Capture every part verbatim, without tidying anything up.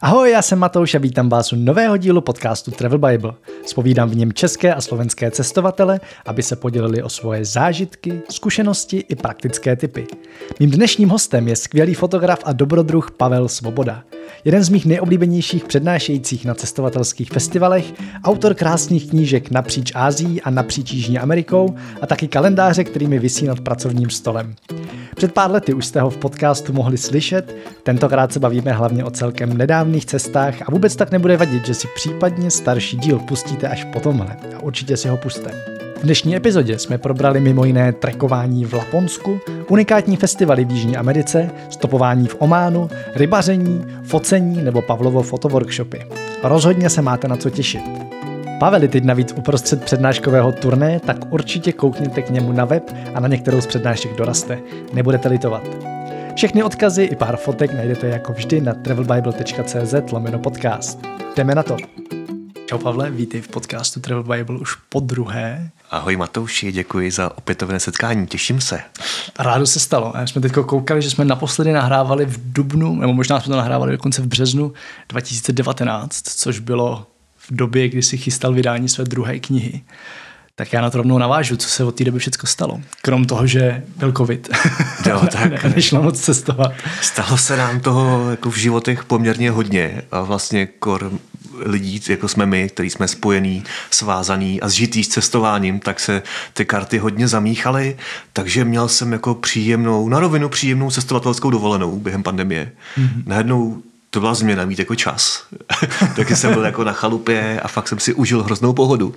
Ahoj, já jsem Matouš a vítám vás u nového dílu podcastu Travel Bible. Zpovídám v něm české a slovenské cestovatele, aby se podělili o svoje zážitky, zkušenosti i praktické tipy. Mým dnešním hostem je skvělý fotograf a dobrodruh Pavel Svoboda. Jeden z mých nejoblíbenějších přednášejících na cestovatelských festivalech, autor krásných knížek napříč Ázií a napříč Jižní Amerikou a taky kalendáře, který mi visí nad pracovním stolem. Před pár lety už jste ho v podcastu mohli slyšet, tentokrát se bavíme hlavně o celkem nedávných cestách a vůbec tak nebude vadit, že si případně starší díl pustíte až po tomhle a určitě si ho puste. V dnešní epizodě jsme probrali mimo jiné trekování v Laponsku, unikátní festivaly v Jižní Americe, stopování v Ománu, rybaření, focení nebo Pavlovo fotoworkshopy. Rozhodně se máte na co těšit. Pavel je teď navíc uprostřed přednáškového turné, tak určitě koukněte k němu na web a na některou z přednášek dorazte. Nebudete litovat. Všechny odkazy i pár fotek najdete jako vždy na travelbible tečka cz lomeno podcast. Jdeme na to. Čau Pavle, vítej v podcastu Travel Bible už po druhé. Ahoj Matouši, děkuji za opětovné setkání, těším se. Rádo se stalo. My jsme teď koukali, že jsme naposledy nahrávali v dubnu, nebo možná jsme to nahrávali dokonce v březnu dva tisíce devatenáct, což bylo v době, kdy si chystal vydání své druhé knihy. Tak já na to rovnou navážu, co se od té doby všechno stalo. Krom toho, že byl covid. Jo, tak ne, nešlo moc cestovat. Stalo se nám toho jako v životech poměrně hodně a vlastně kor lidí, jako jsme my, kteří jsme spojení, svázaný a zžitý s cestováním, tak se ty karty hodně zamíchaly, takže měl jsem jako příjemnou, na rovinu příjemnou cestovatelskou dovolenou během pandemie. Mm-hmm. Najednou to byla změna, mít jako čas. Taky jsem byl jako na chalupě a fakt jsem si užil hroznou pohodu.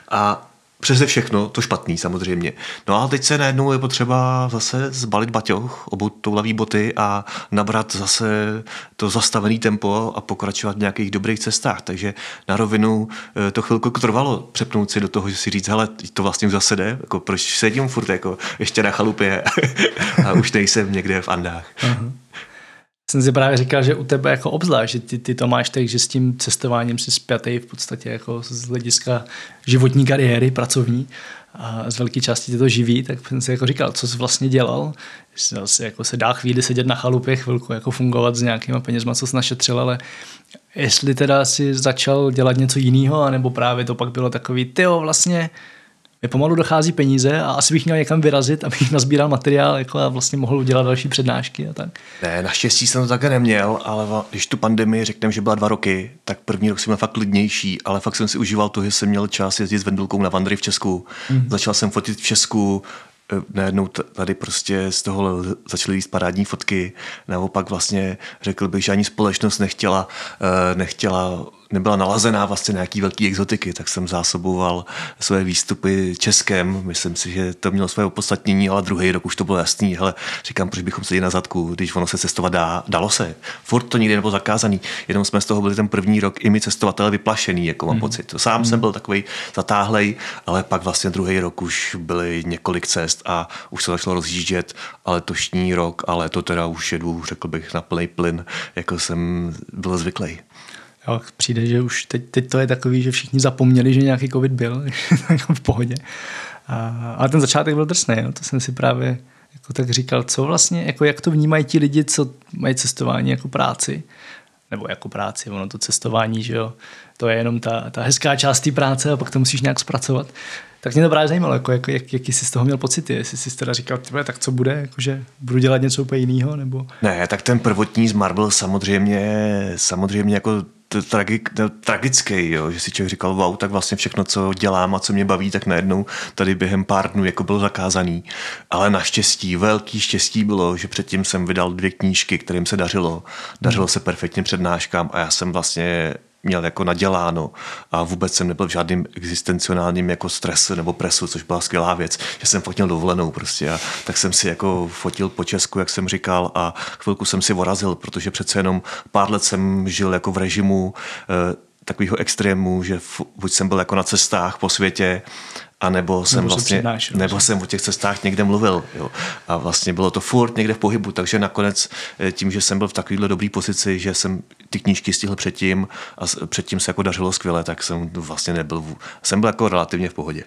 A přeze všechno, to špatný samozřejmě. No a teď se najednou je potřeba zase zbalit baťoch, obout toulavý boty a nabrat zase to zastavený tempo a pokračovat v nějakých dobrých cestách. Takže na rovinu to chvilku trvalo přepnout si do toho, že si říct, hele, to vlastně už zase jde, jako proč sedím furt jako ještě na chalupě a už nejsem někde v Andách. Uh-huh. Jsem si právě říkal, že u tebe jako obzvlášť, že ty, ty to máš tak, že s tím cestováním jsi spjatý v podstatě jako z hlediska životní kariéry, pracovní a z velké části tě to živí, tak jsem si jako říkal, co jsi vlastně dělal, že se, jako se dá chvíli sedět na chalupě, chvilku jako fungovat s nějakýma penězma, co jsi našetřil, ale jestli teda si začal dělat něco jiného, anebo právě to pak bylo takový, tyjo, vlastně mi pomalu dochází peníze a asi bych měl někam vyrazit, abych nazbíral materiál jako a vlastně mohl udělat další přednášky a tak. Ne, naštěstí jsem to také neměl, ale když tu pandemii řekneme, že byla dva roky, tak první rok jsem byl fakt klidnější, ale fakt jsem si užíval to, že jsem měl čas jezdit s Vendulkou na vandry v Česku. Mm-hmm. Začal jsem fotit v Česku, najednou tady prostě z toho začaly líst parádní fotky, naopak vlastně řekl bych, že ani společnost nechtěla, nechtěla nebyla nalazená vlastně nějaký velký exotiky, tak jsem zásoboval své výstupy Českem. Myslím si, že to mělo své opodstatnění, ale druhý rok už to bylo jasný. Hele, říkám, proč bychom seděli na zadku, když ono se cestovat dá, dalo se. Furt to nikdy nebylo zakázaný. Jenom jsme z toho byli ten první rok i my cestovatelé vyplašený, jako mám mm. pocit. Sám mm. jsem byl takovej zatáhlej, ale pak vlastně druhý rok už byly několik cest a už se začalo rozjíždět, ale letošní rok, ale to teda už jedu, řekl bych, na plný plyn, jako jsem byl zvyklý. Jo, přijde, že už teď, teď to je takový, že všichni zapomněli, že nějaký covid byl, v pohodě. A, ale ten začátek byl drsný, jo? To jsem si právě jako tak říkal, co vlastně, jako jak to vnímají ti lidi, co mají cestování jako práci, nebo jako práci, ono to cestování, že jo, to je jenom ta, ta hezká část té práce a pak to musíš nějak zpracovat. Tak mě to právě zajímalo, jako, jak, jak, jaký jsi z toho měl pocity, jestli jsi teda říkal, tyhle, tak co bude, jakože budu dělat něco úplně jiného, nebo... Ne, tak ten prvotní zmar byl samozřejmě, samozřejmě jako tragik, tragický, jo, že si člověk říkal, wow, tak vlastně všechno, co dělám a co mě baví, tak najednou tady během pár dnů jako bylo zakázaný. Ale naštěstí, velký štěstí bylo, že předtím jsem vydal dvě knížky, kterým se dařilo. Dařilo se perfektně přednáškám a já jsem vlastně měl jako naděláno a vůbec jsem nebyl v žádným existencionálním jako stresu nebo presu, což byla skvělá věc, že jsem fotil dovolenou prostě a tak jsem si jako fotil po Česku, jak jsem říkal a chvilku jsem si vorazil, protože přece jenom pár let jsem žil jako v režimu eh, takového extrému, že buď jsem byl jako na cestách po světě, a nebo jsem nebo vlastně, nebo jsem o těch cestách někde mluvil. Jo. A vlastně bylo to furt někde v pohybu, takže nakonec tím, že jsem byl v takovéhle dobré pozici, že jsem ty knížky stihl předtím a předtím se jako dařilo skvěle, tak jsem vlastně nebyl, jsem byl jako relativně v pohodě.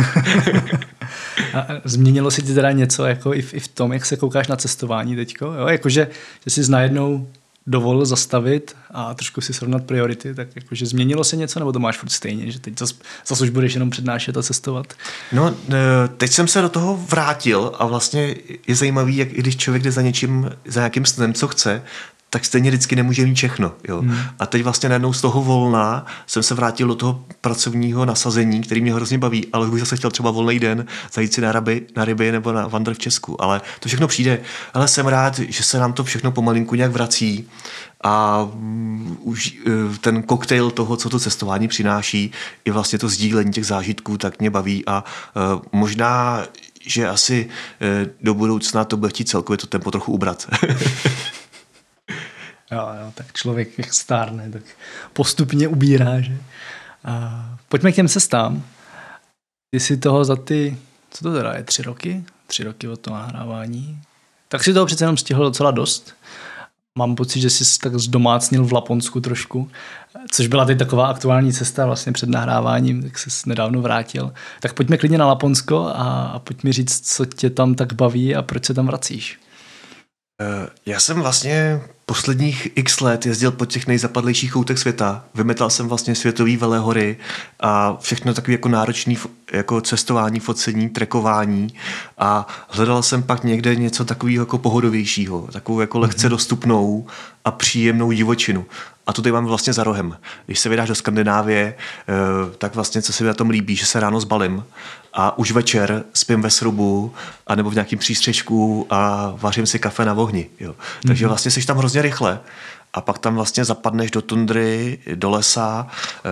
A změnilo se ti teda něco jako i v, i v tom, jak se koukáš na cestování teďko? Jo? Jakože, že jsi najednou dovolil zastavit a trošku si srovnat priority, tak jakože změnilo se něco, nebo to máš furt stejně, že teď zase zas už budeš jenom přednášet a cestovat? No, teď jsem se do toho vrátil a vlastně je zajímavý, jak i když člověk jde za něčím, za nějakým snem, co chce, tak stejně vždycky nemůže mít všechno. Jo. Hmm. A teď vlastně najednou z toho volna jsem se vrátil do toho pracovního nasazení, který mě hrozně baví, ale už bych zase chtěl třeba volný den zajít si na ryby, na ryby nebo na vandr v Česku. Ale to všechno přijde. Ale jsem rád, že se nám to všechno pomalinku nějak vrací a um, už uh, ten koktejl toho, co to cestování přináší, i vlastně to sdílení těch zážitků, tak mě baví a uh, možná, že asi uh, do budoucna to bude chtít celkově to tempo trochu ubrat. Jo, jo, tak člověk jak stárne, tak postupně ubírá, že? A pojďme k těm cestám. Ty si toho za ty, co to teda je, tři roky? Tři roky od toho nahrávání. Tak si toho přece jenom stihl docela dost. Mám pocit, že jsi tak zdomácnil v Laponsku trošku, což byla teď taková aktuální cesta vlastně před nahráváním, tak jsi nedávno vrátil. Tak pojďme klidně na Laponsko a, a pojď mi říct, co tě tam tak baví a proč se tam vracíš. Já jsem vlastně posledních x let jezdil po těch nejzapadlejších koutech světa. Vymetal jsem vlastně světový velehory a všechno takové jako náročné jako cestování, focení, trekování a hledal jsem pak někde něco takového jako pohodovějšího, takovou jako lehce dostupnou a příjemnou divočinu. A tu tady mám vlastně za rohem. Když se vydáš do Skandinávie, tak vlastně co se mi na tom líbí, že se ráno zbalím a už večer spím ve srubu a nebo v nějakým přístřežku a vařím si kafe na ohni. Jo. Takže vlastně jsi tam hrozně rychle a pak tam vlastně zapadneš do tundry, do lesa.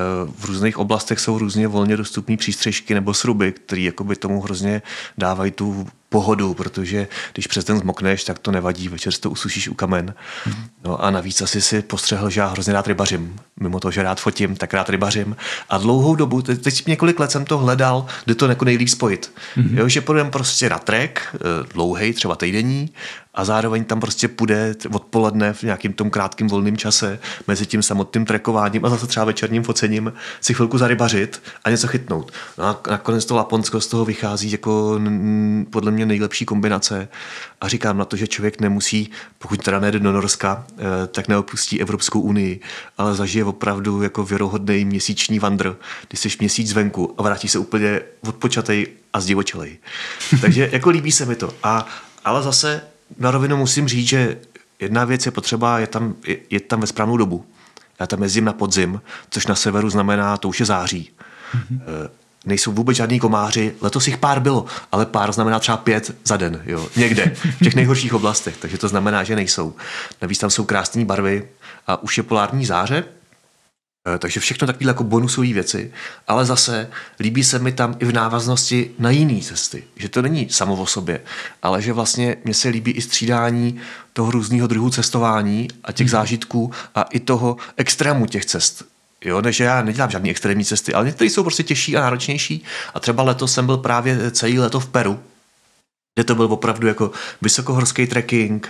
V různých oblastech jsou různě volně dostupné přístřežky nebo sruby, které jakoby tomu hrozně dávají tu pohodu, protože když přes den zmokneš, tak to nevadí, večer si to usušíš u kamen. No a navíc asi si postřehl, že já hrozně rád rybařím. Mimo to, že rád fotím, tak rád rybařím. A dlouhou dobu, teď, teď několik let jsem to hledal, kde to jako nejlíp spojit. Mm-hmm. Jo, že půjdeme prostě na trek, dlouhej, třeba týdenní, a zároveň tam prostě půjde odpoledne v nějakým tom krátkým volným čase mezi tím samotným trekováním a zase třeba večerním focením si chvilku zarybařit a něco chytnout. No a nakonec to Laponsko z toho vychází jako podle mě nejlepší kombinace a říkám na to, že člověk nemusí, pokud teda nejde do Norska, tak neopustí Evropskou unii, ale zažije opravdu jako věrohodný měsíční vandr, kdy jsi měsíc zvenku a vrátí se úplně odpočatej a zdivočelej. Takže jako líbí se mi to. A, ale zase na rovinu musím říct, že jedna věc je potřeba, je tam, je, je tam ve správnou dobu. Já tam jezdím na podzim, což na severu znamená, to už je září. Mm-hmm. E, nejsou vůbec žádný komáři, letos jich pár bylo, ale pár znamená třeba pět za den, jo, někde, v těch nejhorších oblastech, takže to znamená, že nejsou. Navíc tam jsou krásné barvy a už je polární záře, takže všechno takové jako bonusové věci, ale zase líbí se mi tam i v návaznosti na jiné cesty. Že to není samo o sobě, ale že vlastně mně se líbí i střídání toho různého druhu cestování a těch zážitků a i toho extrému těch cest. Jo, než já nedělám žádný extrémní cesty, ale některé jsou prostě těžší a náročnější a třeba letos jsem byl právě celý léto v Peru, kde to byl opravdu jako vysokohorský trekking,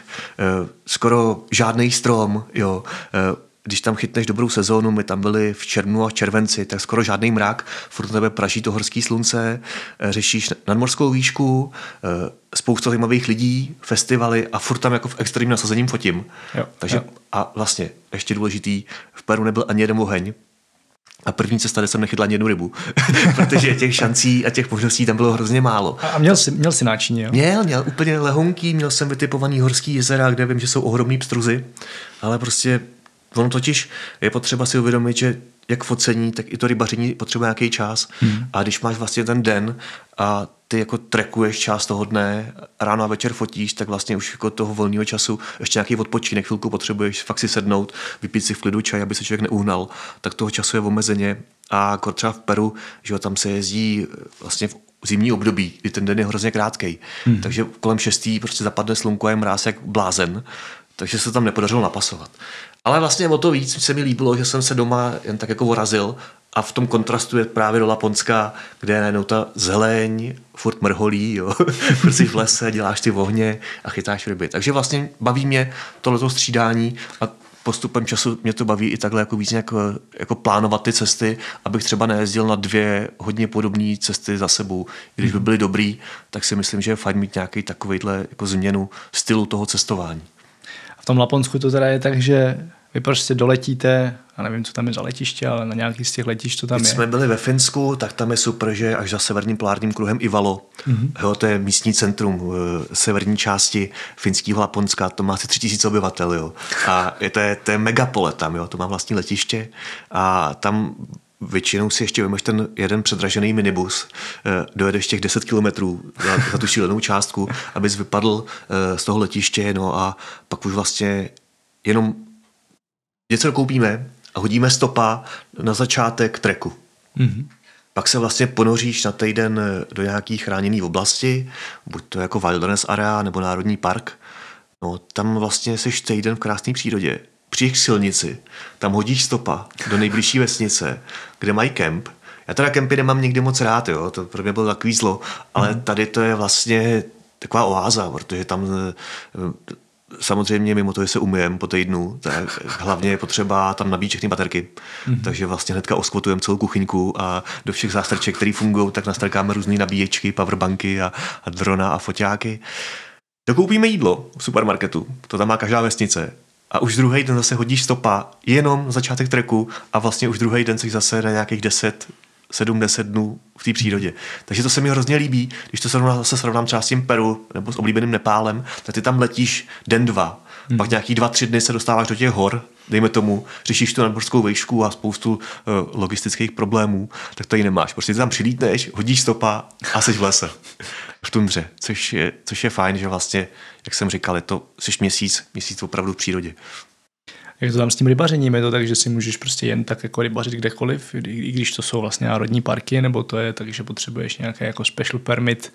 skoro žádný strom, jo, když tam chytneš dobrou sezónu, my tam byli v červnu a červenci, tak skoro žádný mrak, furt na tebe praží to horský slunce, řešíš nadmořskou výšku, spousta zajímavých lidí, festivaly a furt tam jako v extrémním nasazením fotím. Jo, Takže jo. A vlastně ještě důležitý, v Peru nebyl ani jeden oheň a první cesta, kde jsem nechytla ani jednu rybu, protože těch šancí a těch možností tam bylo hrozně málo. A měl jsi, měl jsi náčiní, jo? Měl, měl úplně lehonký, měl jsem vytipovaný horský jezera, kde vím, že jsou ohromný pstruzy, ale prostě ono totiž je potřeba si uvědomit, že jak focení, tak i to rybaření potřebuje nějaký čas. Hmm. A když máš vlastně ten den a ty jako trekuješ část toho dne, ráno a večer fotíš, tak vlastně už jako toho volného času ještě nějaký odpočinek, chvilku potřebuješ fakt si sednout, vypít si v klidu čaj, aby se člověk neuhnal, tak toho času je omezeně. A třeba v Peru, že tam se jezdí vlastně v zimní období, kdy ten den je hrozně krátkej. Hmm. Takže kolem šestý prostě zapadne slunko a je mráz jak blázen, takže se tam nepodařilo napasovat. Ale vlastně o to víc se mi líbilo, že jsem se doma jen tak jako vorazil a v tom kontrastu je právě do Laponska, kde je najednou ta zeleň, furt mrholí, jo. Furt jsi v lese, děláš ty ohně a chytáš ryby. Takže vlastně baví mě tohleto střídání a postupem času mě to baví i takhle jako víc nějak, jako plánovat ty cesty, abych třeba nejezdil na dvě hodně podobné cesty za sebou. Když by byly dobrý, tak si myslím, že je fajn mít nějaký takovejhle jako změnu stylu toho cestování. tom Laponsku to teda je tak, že vy prostě doletíte, a nevím, co tam je za letiště, ale na nějaký z těch letišť to tam Když je. jsme byli ve Finsku, tak tam je super, že až za severním polárním kruhem Ivalo, mm-hmm. jo, to je místní centrum v severní části finského Laponska, to má asi tři tisíce obyvatel, jo. A je to, je, to je megapole tam, jo, to má vlastní letiště a tam většinou si ještě vymeš ten jeden předražený minibus, dojedeš těch deset kilometrů za, za tu šílenou částku, abys vypadl z toho letiště, no a pak už vlastně jenom něco koupíme a hodíme stopa na začátek treku. Mm-hmm. Pak se vlastně ponoříš na týden do nějaký chráněný oblasti, buď to jako wilderness area nebo národní park. No, tam vlastně jsi týden v krásné přírodě. Přijdeš k silnici, tam hodíš stopa do nejbližší vesnice, kde mají kemp. Já teda kempy nemám nikdy moc rád, jo? To pro mě bylo takový zlo, ale mm-hmm. tady to je vlastně taková oáza, protože tam samozřejmě mimo to, že se umyjem po týdnu, tak hlavně je potřeba tam nabít všechny baterky. Mm-hmm. Takže vlastně hnedka oskvotujeme celou kuchyňku a do všech zástrček, které fungují, tak nastrkáme různé nabíječky, powerbanky a, a drona a foťáky. Dokoupíme jídlo v supermarketu, to tam má každá vesnice. A už druhý den zase hodíš stopa jenom začátek treku a vlastně už druhý den jsi zase na nějakých deset, sedm, deset dnů v té přírodě. Takže to se mi hrozně líbí, když to srovnám, zase srovnám třeba s tím Peru nebo s oblíbeným Nepálem, tak ty tam letíš den, dva, hmm. pak nějaký dva, tři dny se dostáváš do těch hor, dejme tomu, řešíš tu nadmořskou vejšku a spoustu uh, logistických problémů, tak to ji nemáš. Prostě ty tam přilítneš, hodíš stopa a jsi v lese, v tundře, což je, což je fajn, že vlastně, jak jsem říkal, je to, jsi měsíc, měsíc opravdu v přírodě. Jak to tam s tím rybařením? Je to tak, že si můžeš prostě jen tak jako rybařit kdekoliv, i když to jsou vlastně národní parky, nebo to je tak, že potřebuješ nějaký jako special permit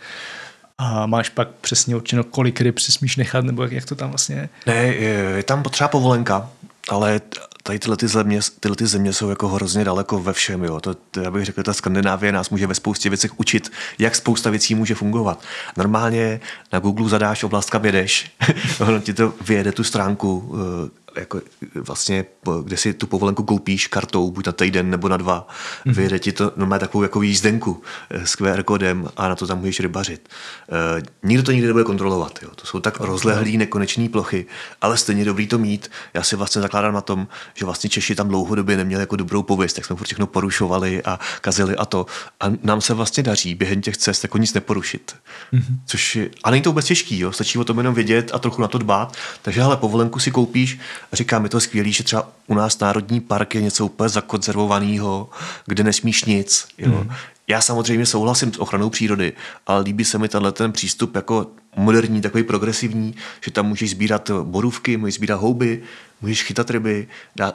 a máš pak přesně určeno, kolik ryb si smíš nechat, nebo jak, jak to tam vlastně je? Ne, je, je tam potřeba povolenka, ale tady tyhle ty země, tyhle ty země jsou jako hrozně daleko ve všem. Jo. To, to, já bych řekl, ta Skandinávie nás může ve spoustě věcech učit, jak spousta věcí může fungovat. Normálně na Google zadáš oblast, kam jedeš, ono ti to vyjede tu stránku, jako vlastně, kde si tu povolenku koupíš kartou, buď na týden nebo na dva, mm-hmm. vyjede ti to normálně takovou jako jízdenku s Q R kódem a na to tam můžeš rybařit. E, nikdo to nikdy nebude kontrolovat. Jo. To jsou tak rozlehlý, nekonečný plochy, ale stejně dobrý to mít. Já si vlastně zakládám na tom, že vlastně Češi tam dlouhodobě neměli jako dobrou pověst, tak jsme furt všechno porušovali a kazili a to. A nám se vlastně daří během těch cest jako nic neporušit. Mm-hmm. Což je, a není to vůbec těžký, jo. Stačí o tom jenom vědět a trochu na to dbát. Takže hele, povolenku si koupíš a říkám, je to skvělý, že třeba u nás národní park je něco úplně zakonzervovaného, kde nesmíš nic. Jo. Mm. Já samozřejmě souhlasím s ochranou přírody, ale líbí se mi tenhle ten přístup jako moderní, takový progresivní, že tam můžeš sbírat borůvky, můžeš sbírat houby, můžeš chytat ryby. Dá,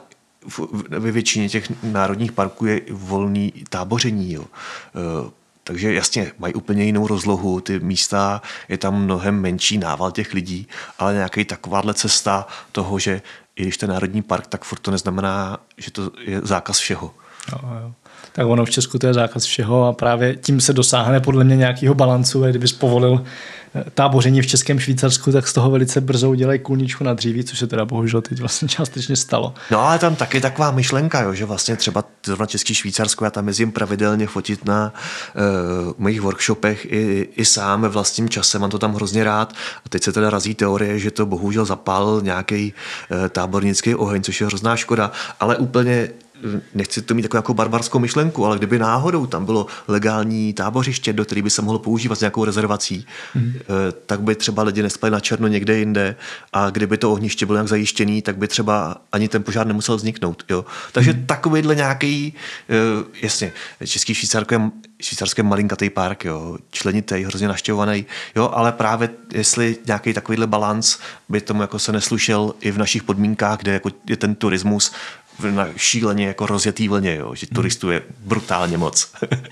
ve většině těch národních parků je volný táboření. Jo. Uh, Takže jasně, mají úplně jinou rozlohu, ty místa, je tam mnohem menší nával těch lidí, ale nějaký takováhle cesta toho, že i když ten národní park, tak furt to neznamená, že to je zákaz všeho. Jo, jo. Tak ono v Česku to je zákaz všeho a právě tím se dosáhne podle mě nějakého balancu. Kdybys povolil táboření v Českém Švýcarsku, tak z toho velice brzo udělají kůlničku na dříví, což se teda bohužel teď vlastně částečně stalo. No ale tam taky taková myšlenka, jo, že vlastně třeba zrovna Český Švýcarsko, já tam jezdím pravidelně fotit na uh, mojich workshopech i, i sám ve vlastním čase, mám to tam hrozně rád a teď se teda razí teorie, že to bohužel zapálil nějaký uh, tábornický oheň, což je hrozná škoda, ale úplně nechci to mít takovou jako barbarskou myšlenku, ale kdyby náhodou tam bylo legální tábořiště, do který by se mohlo používat s nějakou rezervací, mm. tak by třeba lidi nespali na černo někde jinde a kdyby to ohniště bylo nějak zajištěný, tak by třeba ani ten požár nemusel vzniknout. Jo. Takže mm. takovýhle nějaký, jasně, Český Švýcarsko je, Švýcarsko je malinkatý park, jo, členitý, hrozně naštěvovaný, jo, ale právě jestli nějaký takovýhle balans by tomu jako se neslušel i v našich podmínkách, kde jako je ten turismus na šíleně jako rozjetý vlně, jo, že turistů je brutálně moc.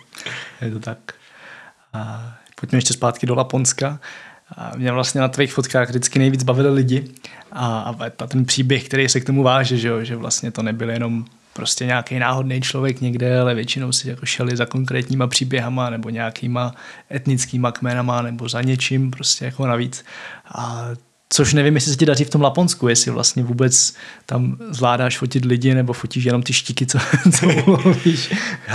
Je to tak. A pojďme ještě zpátky do Laponska. A mě vlastně na tvých fotkách vždycky nejvíc bavili lidi a, a ten příběh, který se k tomu váže, že, jo, že vlastně to nebyl jenom prostě nějaký náhodný člověk někde, ale většinou si jako šeli za konkrétníma příběhama nebo nějakýma etnickýma kmenama nebo za něčím prostě jako navíc. A což nevím, jestli se ti daří v tom Laponsku, jestli vlastně vůbec tam zvládáš fotit lidi, nebo fotíš jenom ty štíky, co, co mluvíš.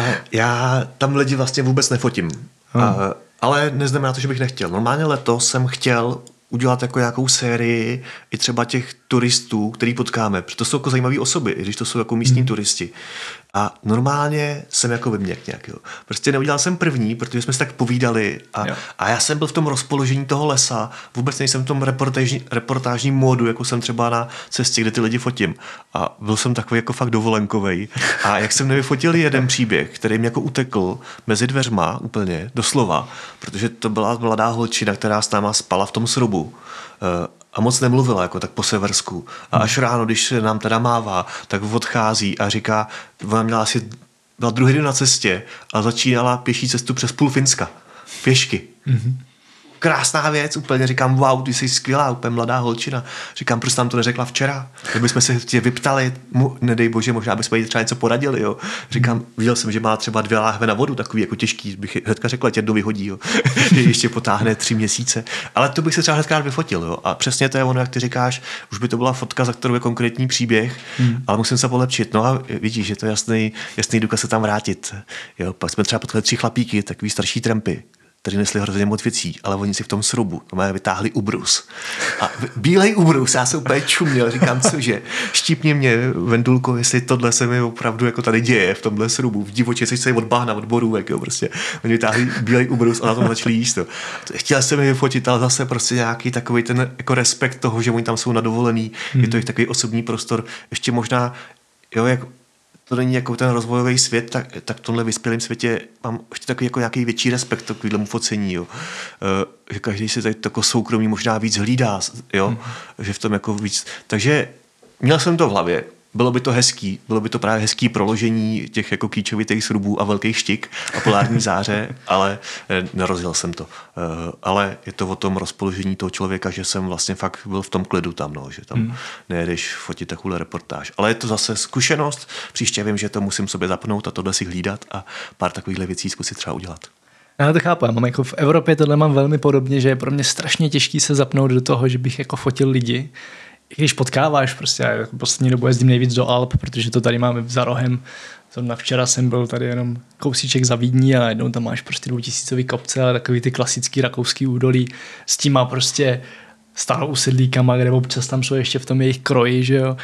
Já tam lidi vlastně vůbec nefotím. Hmm. A, ale neznamená to, že bych nechtěl. Normálně letos jsem chtěl udělat jako nějakou sérii i třeba těch turistů, který potkáme, protože to jsou jako zajímavé osoby, i když to jsou jako místní mm. turisti. A normálně jsem jako vyměk nějak, jo. Prostě neudělal jsem první, protože jsme se tak povídali a, a já jsem byl v tom rozpoložení toho lesa, vůbec nejsem v tom reportážní, reportážním módu, jako jsem třeba na cestě, kde ty lidi fotím. A byl jsem takový jako fakt dovolenkovej. A jak jsem nevyfotil jeden příběh, který mě jako utekl mezi dveřma úplně, doslova, protože to byla mladá holčina, která s náma spala v tom srubu. A moc nemluvila, jako tak po seversku. A až ráno, když se nám teda mává, tak odchází a říká, ona měla asi, byla druhý den na cestě a začínala pěší cestu přes půl Finska. Pěšky. Mm-hmm. Krásná věc, úplně říkám, wow, ty jsi skvělá, úplně mladá holčina. Říkám, proč tam to neřekla včera? Kdybychom se tě vyptali, mu, nedej bože, možná bychom jí třeba něco poradili, jo. Říkám, viděl jsem, že má třeba dvě láhve na vodu, takový jako těžký, bych hnedka řekla, tě do vyhodí, jo. Ještě potáhne tři měsíce. Ale to bych se třeba hnedka vyfotil, jo. A přesně to je ono, jak ty říkáš, už by to byla fotka, za kterou je konkrétní příběh, hmm. ale musím se polepšit. No a vidíš, že to je jasný, jasný důkaz se tam vrátit. Jo, pak jsme třeba potkali tři chlapíky, takový starší trampy, kteří nesli hrozně moc věcí, ale oni si v tom srubu no, vytáhli ubrus. A bílej ubrus, já se úplně čuměl, říkám, cože, štípni mě, Vendulko, jestli tohle se mi opravdu jako tady děje v tomhle srubu, v divoče, jsi se od bahna, od borůvek, jo, prostě. Oni vytáhli bílej ubrus a na tom začali jíst. To. Chtěl jsem mi vyfotit, ale zase prostě nějaký takový ten jako respekt toho, že oni tam jsou na dovolený, hmm. je to jich takový osobní prostor, ještě možná, jo, jak to není jako ten rozvojový svět, tak, tak v tomhle vyspělém světě mám ještě takový jako nějaký větší respekt k takovému focení, jo. Uh, že každý si tady tako soukromí možná víc hlídá, jo, mm. že v tom jako víc. Takže měl jsem to v hlavě. Bylo by to hezký, bylo by to právě hezký proložení těch jako kýčovitých srubů a velkých štik a polární záře, ale nerozjel jsem to. Ale je to o tom rozpoložení toho člověka, že jsem vlastně fakt byl v tom klidu tam, no, že tam hmm. nejedeš fotit takovou reportáž. Ale je to zase zkušenost, příště vím, že to musím sobě zapnout a tohle si hlídat a pár takovýchhle věcí zkusit třeba udělat. Já to chápu, já mám jako v Evropě tohle mám velmi podobně, že je pro mě strašně těžký se zapnout do toho, že bych jako fotil lidi. I když potkáváš, prostě já jako poslední dobu jezdím nejvíc do Alp, protože to tady máme za rohem. Zrovna včera jsem byl tady jenom kousíček za Vídní a najednou tam máš prostě dvoutisícový kopce, ale takový ty klasický rakouský údolí s těma prostě starou usedlíkama, kde občas tam jsou ještě v tom jejich kroji, že jo.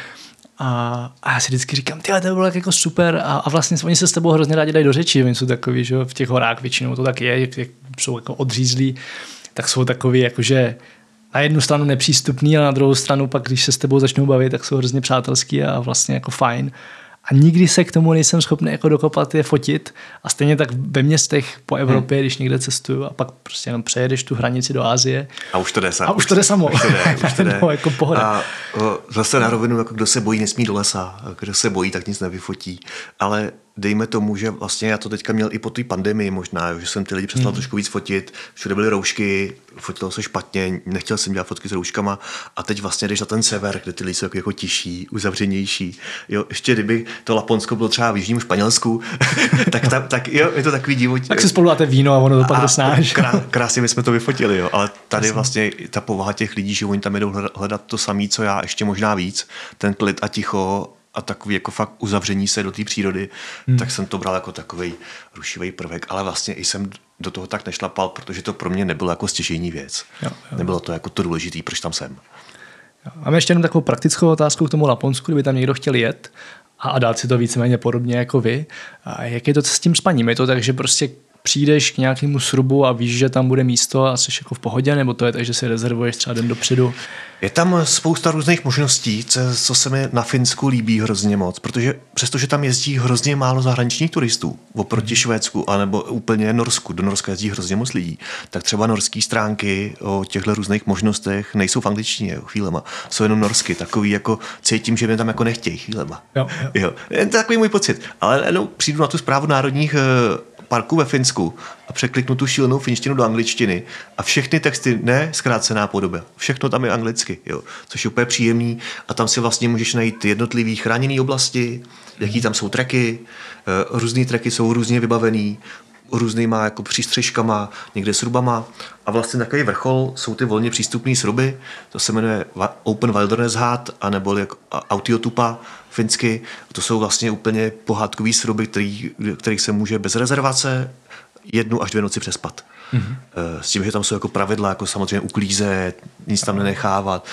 A, a já si vždycky říkám, tyhle, to bylo jako super a, a vlastně oni se s tebou hrozně rádi dají do řeči, oni jsou takový, že jo, v těch horách většinou to tak je, jak, jak jsou jako odřízlí, tak jsou takový jakože na jednu stranu nepřístupný a na druhou stranu pak, když se s tebou začnou bavit, tak jsou hrozně přátelský a vlastně jako fajn. A nikdy se k tomu nejsem schopný jako dokopat je fotit a stejně tak ve městech po Evropě, hmm. když někde cestuju a pak prostě jenom přejedeš tu hranici do Asie. A už to jde samo. A už to jde samo. Už to jde, už to jde. No, jako pohoda. A o, zase na rovinu, jako kdo se bojí, nesmí do lesa. Kdo se bojí, tak nic nevyfotí. Ale dejme tomu, že vlastně já to teďka měl i po té pandemii možná, že jsem ty lidi přestal hmm. trošku víc fotit, všude byly roušky, fotilo se špatně, nechtěl jsem dělat fotky s rouškama a teď vlastně jdeš na ten sever, kde ty lidi jsou jako, jako tiší, uzavřenější. Jo, ještě kdyby to Laponsko bylo třeba v jižním Španělsku, tak, tam, tak jo, je to takový divotí. Tak si spolu dáte víno a ono to pak dosnáš. Krá, krásně my jsme to vyfotili, jo, ale tady vlastně ta povaha těch lidí, že oni tam jdou hledat to samé, co já, ještě možná víc, ten klid a ticho a takový jako fakt uzavření se do té přírody, hmm. tak jsem to bral jako takovej rušivý prvek, ale vlastně i jsem do toho tak nešlapal, protože to pro mě nebylo jako stěžejní věc. Jo, jo. Nebylo to jako to důležitý, proč tam jsem. Jo. Máme ještě jenom takovou praktickou otázku k tomu Laponsku, kdyby tam někdo chtěl jet a dát si to víceméně podobně jako vy. A jak je to s tím spaním? Je to tak, že prostě přijdeš k nějakému srubu a víš, že tam bude místo a jsi jako v pohodě, nebo to je tak, že si rezervuješ třeba den dopředu? Je tam spousta různých možností, co se mi na Finsku líbí hrozně moc, protože přestože tam jezdí hrozně málo zahraničních turistů, oproti Švédsku, anebo úplně Norsku, do Norska jezdí hrozně moc lidí, tak třeba norské stránky o těchto různých možnostech nejsou v angličtině chvílema, jsou jenom norsky, takový jako cítím, že mě tam jako nechtějí chvílema. Jo, jo. Jo. Je to takový můj pocit, ale no, přijdu na tu zprávu národních parku ve Finsku a překliknu tu šílenou finštinu do angličtiny a všechny texty, ne zkrácená podoba, všechno tam je anglicky, jo, což je úplně příjemný a tam si vlastně můžeš najít jednotlivý chráněné oblasti, jaký tam jsou treky, různý treky jsou různě vybavený, různýma jako přístřežkama, někde srubama a vlastně takový vrchol jsou ty volně přístupné sruby, to se jmenuje Open Wilderness Hat a nebo jako Autiotupa finsky, to jsou vlastně úplně pohádkový sruby, který, kterých se může bez rezervace jednu až dvě noci přespat. Mm-hmm. S tím, že tam jsou jako pravidla, jako samozřejmě uklízet, nic tam nenechávat,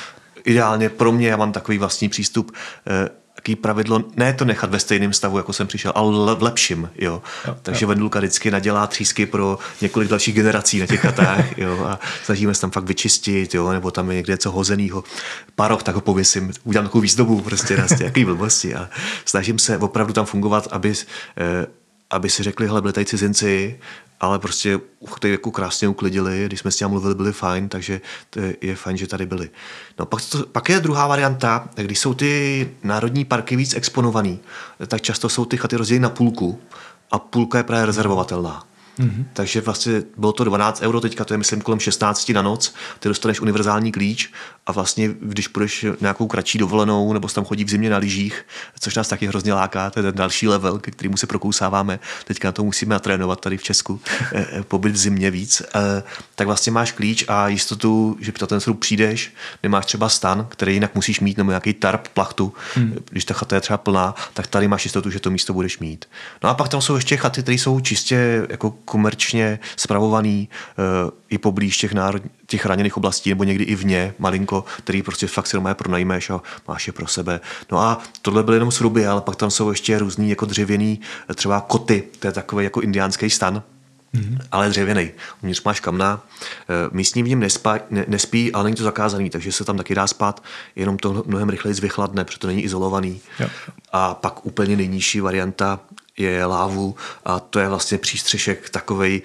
ideálně pro mě, já mám takový vlastní přístup, taký pravidlo, ne to nechat ve stejném stavu, jako jsem přišel, ale v lepším, jo. jo Takže jo. Vendulka vždycky nadělá třísky pro několik dalších generací na těch chatách, jo, a snažíme se tam fakt vyčistit, jo, nebo tam je někde něco hozenýho, paroch, tak ho pověsím, udělám takovou výzdobu, prostě na jaký blbosti a snažím se opravdu tam fungovat, aby, eh, aby si řekli, hele, byli tady cizinci, ale prostě to jako krásně uklidili, když jsme s tím mluvili, byli fajn, takže to je, je fajn, že tady byli. No pak, to, pak je druhá varianta, když jsou ty národní parky víc exponovaný, tak často jsou ty chaty rozděleny na půlku a půlka je právě rezervovatelná. Mm-hmm. Takže vlastně bylo to dvanáct euro, teďka to je myslím kolem šestnáct na noc, ty dostaneš univerzální klíč a vlastně když půjdeš nějakou kratší dovolenou nebo tam chodí v zimě na lyžích, což nás taky hrozně láká, to je ten další level, ke kterému se prokousáváme, teďka na to musíme natrénovat tady v Česku, pobyt v zimě víc, tak vlastně máš klíč a jistotu, že na ten srub přijdeš, nemáš třeba stan, který jinak musíš mít, nebo nějaký tarp, plachtu, mm. když ta chata je třeba plná, tak tady máš jistotu, že to místo budeš mít. No a pak tam jsou ještě chaty, které jsou čistě jako komerčně spravovaný uh, i poblíž těch, národ, těch raněných oblastí nebo někdy i vně, malinko, který prostě fakt si doma je pronajmeš a máš je pro sebe. No a tohle byly jenom sruby, ale pak tam jsou ještě různý jako dřevěný třeba koty, to je takový jako indiánský stan, mm-hmm. ale dřevěný. Uvnitř máš kamna, místní v něm nespí, ne, nespí, ale není to zakázaný, takže se tam taky dá spát, jenom to mnohem rychleji zvychladne, protože to není izolovaný. Jo. A pak úplně nejnižší varianta je lávu a to je vlastně přístřešek takovej,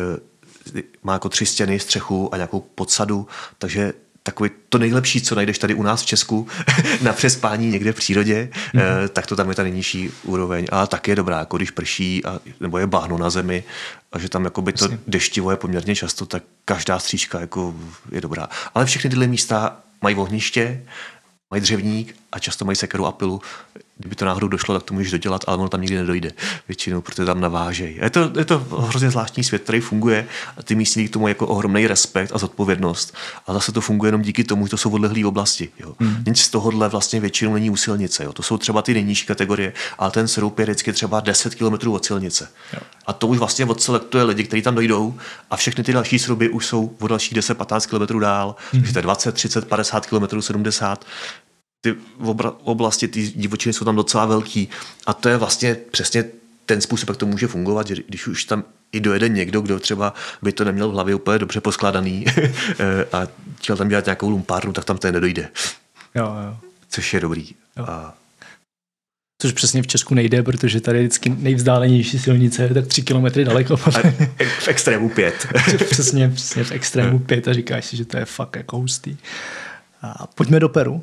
má jako tři stěny, střechu a nějakou podsadu, takže takový to nejlepší, co najdeš tady u nás v Česku na přespání někde v přírodě, mm. eh, tak to tam je ta nejnižší úroveň. A taky je dobrá, jako když prší a, nebo je bahno na zemi a že tam jakoby to deštivo je poměrně často, tak každá stříčka jako je dobrá. Ale všechny tyhle místa mají ohniště, mají dřevník a často mají sekeru a pilu. Kdyby to náhodou došlo, tak to můžeš dodělat, ale ono tam nikdy nedojde většinou, protože tam navážejí. Je to, je to hrozně zvláštní svět, který funguje a ty místní k tomu jako ohromný respekt a zodpovědnost. A zase to funguje jenom díky tomu, že to jsou odlehlé oblasti. Jo. Mm. Nic z tohohle vlastně většinou není u silnice. Jo. To jsou třeba ty nejnižší kategorie, ale ten srub je vždycky třeba deset kilometrů od silnice. Jo. A to už vlastně odselektuje lidi, kteří tam dojdou a všechny ty další sruby už jsou o dalších deset patnáct kilometrů dál. Mm. Takže to je dvacet, třicet, padesát kilometrů, sedmdesát. Ty oblasti, ty divočiny jsou tam docela velký a to je vlastně přesně ten způsob, jak to může fungovat, že když už tam i dojede někdo, kdo třeba by to neměl v hlavě úplně dobře poskladaný a chtěl tam dělat nějakou lumpárnu, tak tam to nedojde. Jo, jo. Což je dobrý. A... Což přesně v Česku nejde, protože tady je vždycky nejvzdálenější silnice je tak tři kilometry daleko. V extrému pět. přesně, přesně v extrému pět a říkáš si, že to je fakt jako hustý. A pojďme do Peru.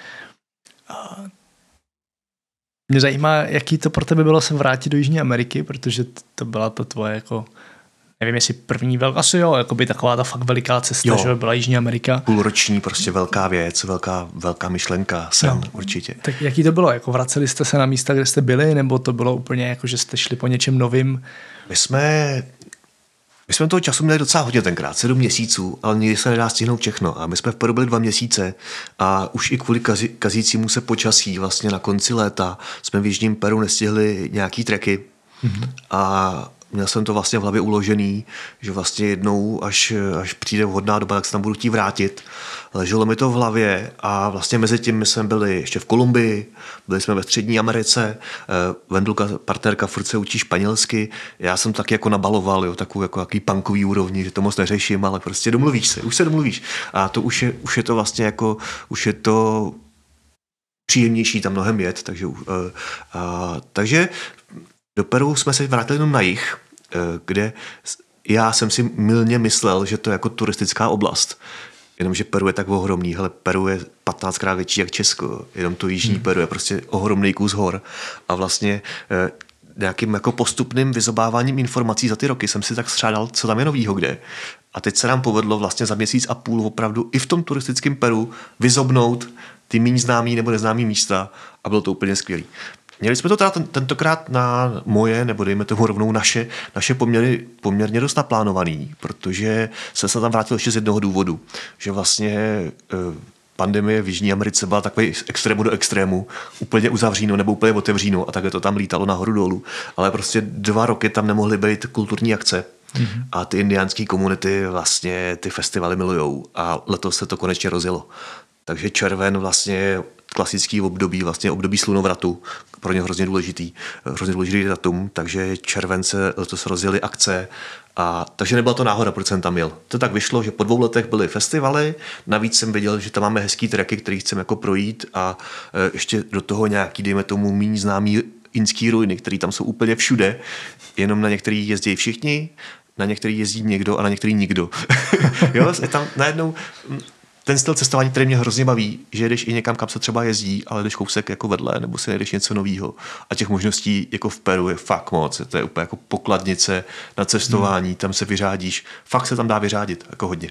Mě zajímá, jaký to pro tebe bylo se vrátit do Jižní Ameriky, protože to byla to tvoje jako, nevím jestli první velká, asi jo, jako by taková ta fakt veliká cesta, jo. Že byla Jižní Amerika. Půlroční prostě velká věc, velká, velká myšlenka, sen no. Určitě. Tak jaký to bylo? Jako vraceli jste se na místa, kde jste byli, nebo to bylo úplně jako, že jste šli po něčem novým? My jsme... My jsme toho času měli docela hodně tenkrát, sedm měsíců, ale nikdy se nedá stihnout všechno. A my jsme v Peru byli dva měsíce a už i kvůli kazi, kazícímu se počasí vlastně na konci léta jsme v Jižním Peru nestihli nějaký treky. Mm-hmm. A měl jsem to vlastně v hlavě uložený, že vlastně jednou, až, až přijde vhodná doba, tak se tam budu chtít vrátit. Leželo mi to v hlavě a vlastně mezi tím my jsme byli ještě v Kolumbii, byli jsme ve Střední Americe, Vendulka, partnerka, furt se učí španělsky, já jsem taky jako nabaloval, jo, takový jako jaký punkový úrovni, že to moc neřeším, ale prostě domluvíš se, už se domluvíš. A to už je, už je to vlastně jako, už je to příjemnější tam mnohem jet, takže, uh, uh, takže do Peru jsme se vrátili jenom na jih, kde já jsem si mylně myslel, že to je jako turistická oblast. Jenomže Peru je tak ohromný. Hele, Peru je patnáctkrát větší jak Česko. Jenom to jižní hmm. Peru je prostě ohromný kus hor. A vlastně eh, nějakým jako postupným vyzobáváním informací za ty roky jsem si tak střádal, co tam je novýho kde. A teď se nám povedlo vlastně za měsíc a půl opravdu i v tom turistickém Peru vyzobnout ty méně známý nebo neznámý místa a bylo to úplně skvělý. Měli jsme to teda tentokrát na moje, nebo dejme tomu rovnou naše, naše poměry, poměrně dost naplánovaný, protože jsem se tam vrátil ještě z jednoho důvodu, že vlastně pandemie v Jižní Americe byla takový extrému do extrému, úplně uzavříno nebo úplně otevříno a takhle to tam lítalo nahoru dolů, ale prostě dva roky tam nemohly být kulturní akce. Mm-hmm. A ty indiánské komunity vlastně ty festivaly milujou a letos se to konečně rozjelo. Takže červen vlastně klasický období, vlastně období slunovratu, pro ně hrozně důležitý, hrozně důležitý datum, takže červen se letos rozjeli akce, a takže nebyla to náhoda, proč jsem tam jel. To tak vyšlo, že po dvou letech byly festivaly, navíc jsem viděl, že tam máme hezký tracky, který chceme jako projít a ještě do toho nějaký, dejme tomu, méně známý inský ruiny, který tam jsou úplně všude, jenom na některý jezdí všichni, na některý jezdí někdo a na některý nikdo. Jo, je tam najednou ten styl cestování, který mě hrozně baví, že jdeš i někam, kam se třeba jezdí, ale jdeš kousek jako vedle, nebo si najdeš něco nového. A těch možností jako v Peru je fakt moc. To je úplně jako pokladnice na cestování, hmm. tam se vyřádíš. Fakt se tam dá vyřádit, jako hodně.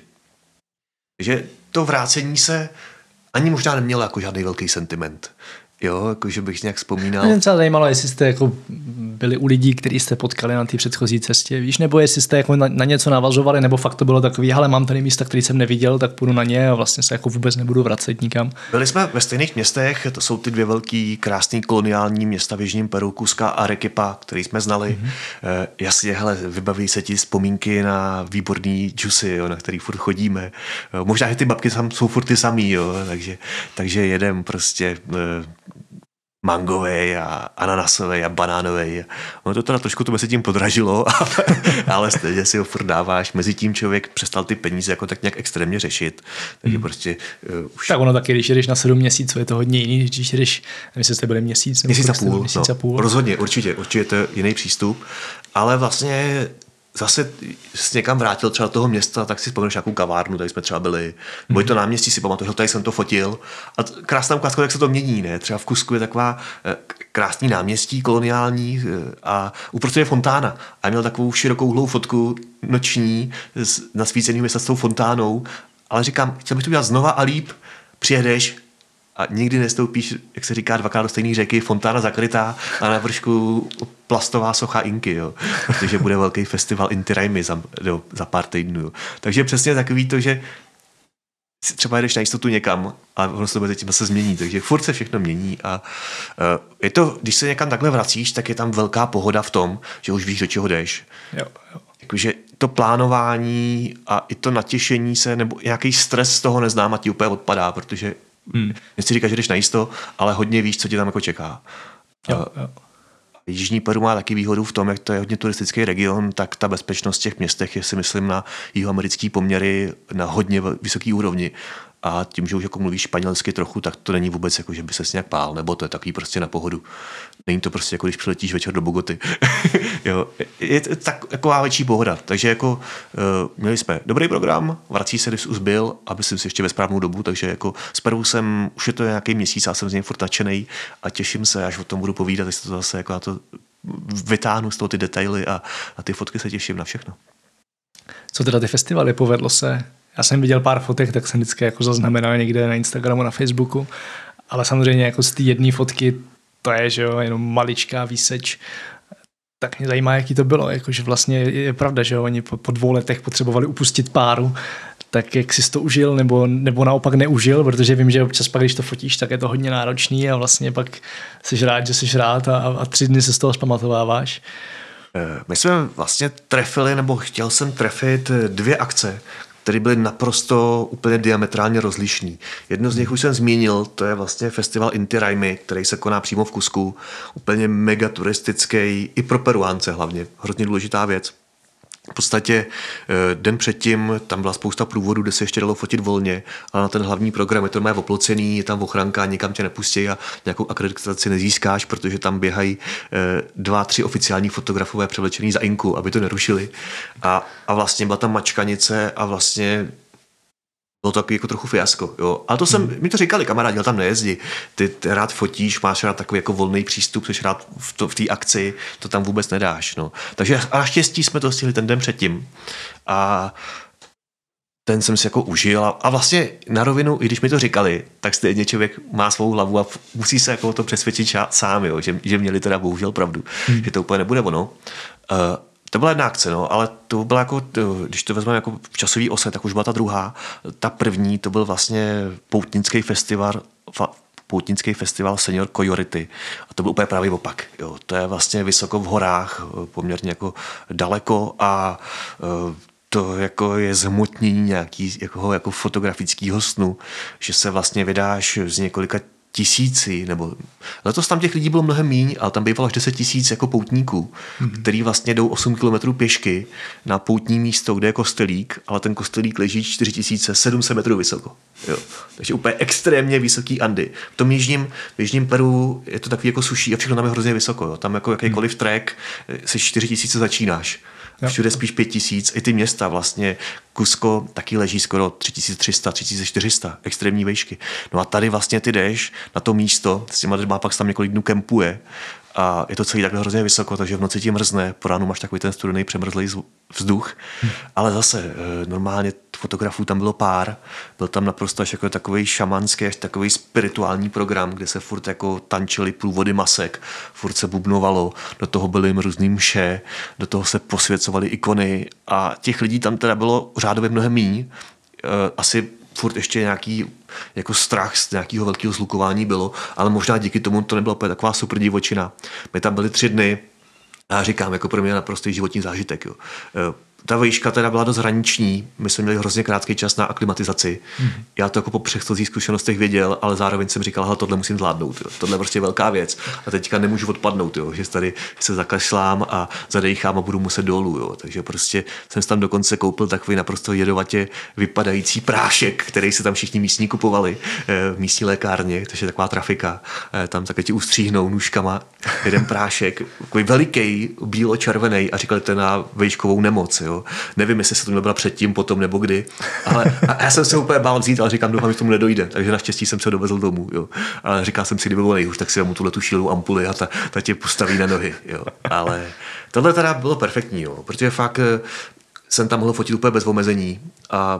Takže to vrácení se ani možná nemělo jako žádný velký sentiment. Jo, jakože bych nějak vzpomínal. Mě třeba zajímalo, jestli jste jako byli u lidí, kteří jste potkali na té předchozí cestě, víš, nebo jestli jste jako na, na něco navazovali, nebo fakt to bylo takový, ale mám tady místa, který jsem neviděl, tak půjdu na ně a vlastně se jako vůbec nebudu vracet nikam. Byli jsme ve stejných městech, to jsou ty dvě velký krásný koloniální města v jižním Peru, Cusca a Arequipa, který jsme znali. Mm-hmm. E, jasně, hele, vybaví se ti vzpomínky na výborný džusy, jo, na který furt chodíme. E, možná, že ty babky tam jsou furt ty samý, jo, takže, takže jedem prostě e, mangovej a ananasovej a banánovej. No to teda trošku to mezi tím podražilo, ale, ale stejně si ho furt dáváš. Mezi tím člověk přestal ty peníze jako tak nějak extrémně řešit. Takže hmm. prostě uh, už... Tak ono taky, když jdeš na sedm měsíců, je to hodně jiný, když jdeš, nevím, jestli jste byli měsíc. Měsíc a půl, měsíc no, a půl. Rozhodně, určitě, určitě to je jiný přístup, ale vlastně zase se někam vrátil třeba do toho města, tak si vzpomeneš nějakou kavárnu, tady jsme třeba byli, nebo mm. to náměstí si pamatuju, tady jsem to fotil. A krásná ukázka, jak se to mění, ne? Třeba v Cuscu je taková krásný náměstí koloniální a uprostřed je fontána. A měl takovou širokou hlou fotku noční s nasvíceným města s tou fontánou, ale říkám, chtěl bych to dělat znova a líp, přijedeš a nikdy nestoupíš, jak se říká, dvakrát do stejné řeky, fontána zakrytá a na vršku plastová socha Inky, jo. Protože bude velký festival Inti Raymi za, jo, za pár týdnů. Jo. Takže přesně takový to, že třeba jdeš na jistotu někam a ono se to tím se změní, takže furt se všechno mění a uh, je to, když se někam takhle vracíš, tak je tam velká pohoda v tom, že už víš, do čeho jdeš. Jo, jo. Jakože to plánování a i to natěšení se, nebo nějaký stres z toho neznáma ti úplně odpadá, protože Hmm. nechci říkat, že jdeš na jisto, ale hodně víš, co tě tam jako čeká. Jo, jo. Jižní Peru má taky výhodu v tom, jak to je hodně turistický region, tak ta bezpečnost v těch městech je, si myslím, na jihoamerický poměry na hodně vysoký úrovni. A tím, že už jako mluvíš španělsky trochu, tak to není vůbec jako, že by ses nějak pál, nebo to je takový prostě na pohodu. Není to prostě jako, když přiletíš večer do Bogoty. Jo, je to taková větší pohoda. Takže jako uh, měli jsme dobrý program, vrací se, když jsi uzbyl a myslím si ještě ve správnou dobu, takže jako s Peru jsem, už je to nějaký měsíc a jsem z něj furt nadšenej a těším se, až o tom budu povídat, jestli to zase jako na to vytáhnu z toho ty detaily a, a ty fotky se těším na všechno. Co teda ty festivaly, povedlo se? Já jsem viděl pár fotek, tak jsem vždycky jako zaznamenal někde na Instagramu, na Facebooku, ale samozřejmě jako z té jedné fotky to je, že jo, jenom maličká výseč. Tak mě zajímá, jaký to bylo, jakože vlastně je pravda, že jo, oni po, po dvou letech potřebovali upustit páru, tak jak jsi to užil, nebo, nebo naopak neužil, protože vím, že občas pak, když to fotíš, tak je to hodně náročný a vlastně pak jsi rád, že jsi rád a, a tři dny se z toho zpamatováváš. My jsme vlastně trefili, nebo chtěl jsem trefit dvě akce, které byly naprosto úplně diametrálně rozlišný. Jedno z nich už jsem zmínil, to je vlastně festival Inti Raymi, který se koná přímo v Cuscu. Úplně mega turistický, i pro Peruánce hlavně. Hrozně důležitá věc. V podstatě den předtím tam byla spousta průvodů, kde se ještě dalo fotit volně, ale na ten hlavní program je to má oplocený, je tam ochranka, nikam tě nepustí a nějakou akreditaci nezískáš, protože tam běhají dva, tři oficiální fotografové převlečený za Inku, aby to nerušili. A, a vlastně byla tam mačkanice a vlastně bylo to takový jako trochu fiasko. Jo. Ale to jsem, hmm. mi to říkali kamarádi, ale tam nejezdí. Ty, ty rád fotíš, máš rád takový jako volný přístup, jsi rád v, to, v té akci, to tam vůbec nedáš. No. Takže a naštěstí jsme to stihli ten den předtím. A ten jsem si jako užil. A, a vlastně na rovinu, i když mi to říkali, tak stejně člověk má svou hlavu a musí se jako to přesvědčit sám, jo, že, že měli teda bohužel pravdu, hmm. že to úplně nebude ono. Uh, To byla jedna akce, no, ale to byla jako, když to vezmeme jako v časový ose, tak už byla ta druhá. Ta první, to byl vlastně poutnický festival, fa, poutnický festival Senior Coyority. A to byl úplně právě opak. Jo. To je vlastně vysoko v horách, poměrně jako daleko a to jako je zhmotnění nějaký jako, jako fotografického snu, že se vlastně vydáš z několika tisíci, nebo letos tam těch lidí bylo mnohem míň, ale tam bývalo až deset tisíc jako poutníků, mm-hmm. který vlastně jdou osm kilometrů pěšky na poutní místo, kde je kostelík, ale ten kostelík leží čtyři tisíce sedm set metrů vysoko. Jo. Takže úplně extrémně vysoký Andy. V tom jižním, v jižním Peru je to takový jako suší a všechno tam je hrozně vysoko. Jo. Tam jako jakýkoliv mm. track se čtyři tisíce začínáš. Všude spíš pět tisíc, i ty města vlastně. Cusco taky leží skoro tři tisíce tři sta, tři tisíce čtyři sta, extrémní výšky. No a tady vlastně ty jdeš na to místo, s těma lidma pak tam několik dnů kempuje a je to celý takhle hrozně vysoko, takže v noci ti mrzne, po ránu máš takový ten studený přemrzlý vzduch, hmm. ale zase normálně fotografů tam bylo pár, byl tam naprosto až jako takový šamanský, až takový spirituální program, kde se furt jako tančili průvody masek, furt se bubnovalo, do toho byly jim různý mše, do toho se posvěcovaly ikony a těch lidí tam teda bylo řádově mnohem míň, asi furt ještě nějaký jako strach z nějakého velkého zlukování bylo, ale možná díky tomu to nebyla úplně taková super divočina. My tam byli tři dny a říkám, jako pro mě naprostý životní zážitek. Jo. Ta výška teda byla dost hraniční, my jsme měli hrozně krátký čas na aklimatizaci. Mm. Já to jako po předchozích zkušenostech věděl, ale zároveň jsem říkal, hele, tohle musím zvládnout. Jo. Tohle je prostě velká věc a teďka nemůžu odpadnout, jo. Že tady se zakašlám a zadejchám a budu muset dolů. Jo. Takže prostě jsem tam dokonce koupil takový naprosto jedovatě vypadající prášek, který se tam všichni místní kupovali v místní lékárně, takže taková trafika. Tam také ti ustříhnou nůžkama jeden prášek, takový veliký, bílo-červený a říkali, to je na výškovou nemoc. Jo. Nevím, jestli se to nebyla předtím, potom nebo kdy, ale a já jsem se úplně bál vzít, ale říkám, doufám, že tomu nedojde, takže naštěstí jsem se dovezl domů. Jo. Ale říkal jsem si, kdyby bylo nejhůř, tak si vemu tuhle tu šílenou ampuli a ta, ta tě postaví na nohy. Jo. Ale tohle teda bylo perfektní, jo, protože fakt jsem tam mohl fotit úplně bez omezení a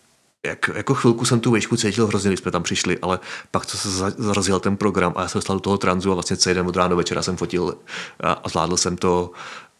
jak, jako chvilku jsem tu výšku cítil hrozně, když jsme tam přišli, ale pak to se zarazil ten program a já jsem dostal do toho tranzu a vlastně celý den od rána do večera jsem fotil a, a zvládl jsem to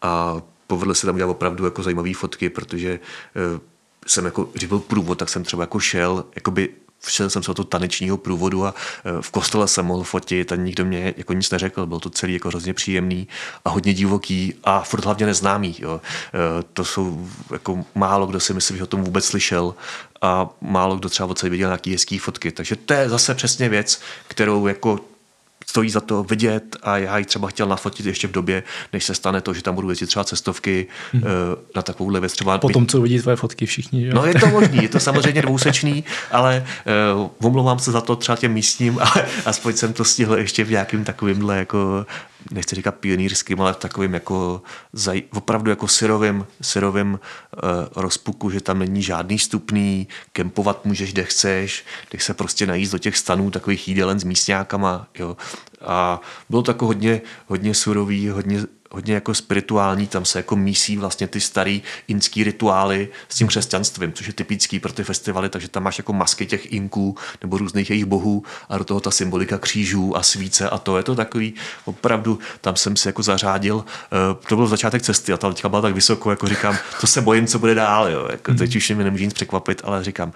a povedlo se tam udělat opravdu jako zajímavé fotky, protože uh, jsem jako, když byl průvod, tak jsem třeba jako šel, jakoby šel jsem se do toho tanečního průvodu a uh, v kostele jsem mohl fotit a nikdo mě jako nic neřekl, bylo to celý jako hrozně příjemný a hodně divoký a furt hlavně neznámý. Jo. Uh, to jsou jako málo kdo si myslí, že o tom vůbec slyšel a málo kdo třeba od sebe viděl nějaký hezký fotky. Takže to je zase přesně věc, kterou jako stojí za to vidět a já ji třeba chtěl nafotit ještě v době, než se stane to, že tam budu jezdit třeba cestovky hmm. na takovouhle věc. Třeba potom, co uvidí tvoje fotky všichni. Že? No je to možný, je to samozřejmě dvousečný, ale uh, omlouvám se za to třeba těm místním, ale aspoň jsem to stihl ještě v nějakým takovýmhle jako, nechci říkat pionýrským, ale v takovým jako zaj, opravdu jako syrovým, syrovým uh, rozpuku, že tam není žádný stupný, kempovat můžeš, kde chceš, kde se prostě najíst do těch stanů takových jídelen s místňákama, jo. A bylo to jako hodně, hodně surový, hodně, hodně jako spirituální, tam se jako mísí vlastně ty starý inský rituály s tím křesťanstvím, což je typický pro ty festivaly, takže tam máš jako masky těch Inků nebo různých jejich bohů a do toho ta symbolika křížů a svíce a to je to takový, opravdu tam jsem si jako zařádil, to byl začátek cesty a ta teďka byla tak vysoko, jako říkám, to se bojím, co bude dál, jo, jako teď už mě nemůže nic překvapit, ale říkám,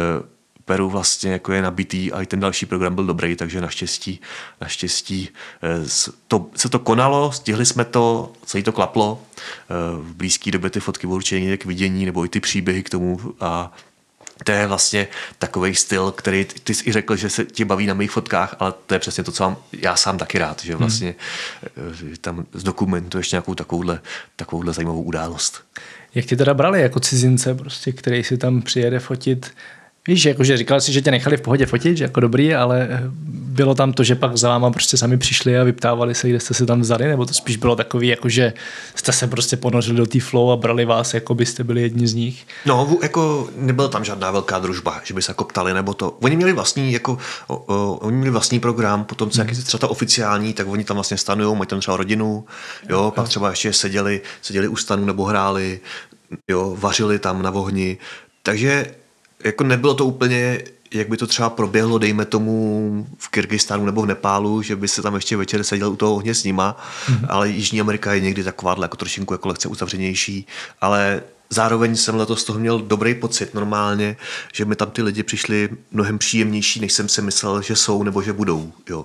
Peru vlastně jako je nabitý a i ten další program byl dobrý, takže naštěstí, naštěstí to, se to konalo, stihli jsme to, celý to klaplo. V blízké době ty fotky budou určitě někde k vidění, nebo i ty příběhy k tomu a to je vlastně takovej styl, který ty jsi i řekl, že se tě baví na mých fotkách, ale to je přesně to, co mám já sám taky rád, že vlastně hmm. tam zdokumentuješ nějakou takovouhle, takovouhle zajímavou událost. Jak tě teda brali jako cizince, prostě, který si tam přijede fotit? Víš, jakože říkal jsi, že tě nechali v pohodě fotit, že jako dobrý, ale bylo tam to, že pak za váma prostě sami přišli a vyptávali se, kde jste se tam vzali, nebo to spíš bylo takový, jakože jste se prostě ponořili do té flow a brali vás, jako byste byli jedni z nich? No, jako nebyla tam žádná velká družba, že by se jako ptali, nebo to. Oni měli vlastní, jako, o, o, oni měli vlastní program, potom co, jak je třeba ta oficiální, tak oni tam vlastně stanujou, mají tam třeba rodinu, jo, jo pak jo. třeba ještě seděli, seděli u stanu nebo hráli, jo, vařili tam na ohni, takže jako nebylo to úplně, jak by to třeba proběhlo, dejme tomu v Kyrgyzstánu nebo v Nepálu, že by se tam ještě večer seděl u toho ohně s nima, mm-hmm. ale Jižní Amerika je někdy takováhle jako trošinku jako lehce uzavřenější, ale zároveň jsem letos z toho měl dobrý pocit normálně, že mi tam ty lidi přišli mnohem příjemnější, než jsem si myslel, že jsou nebo že budou. Jo.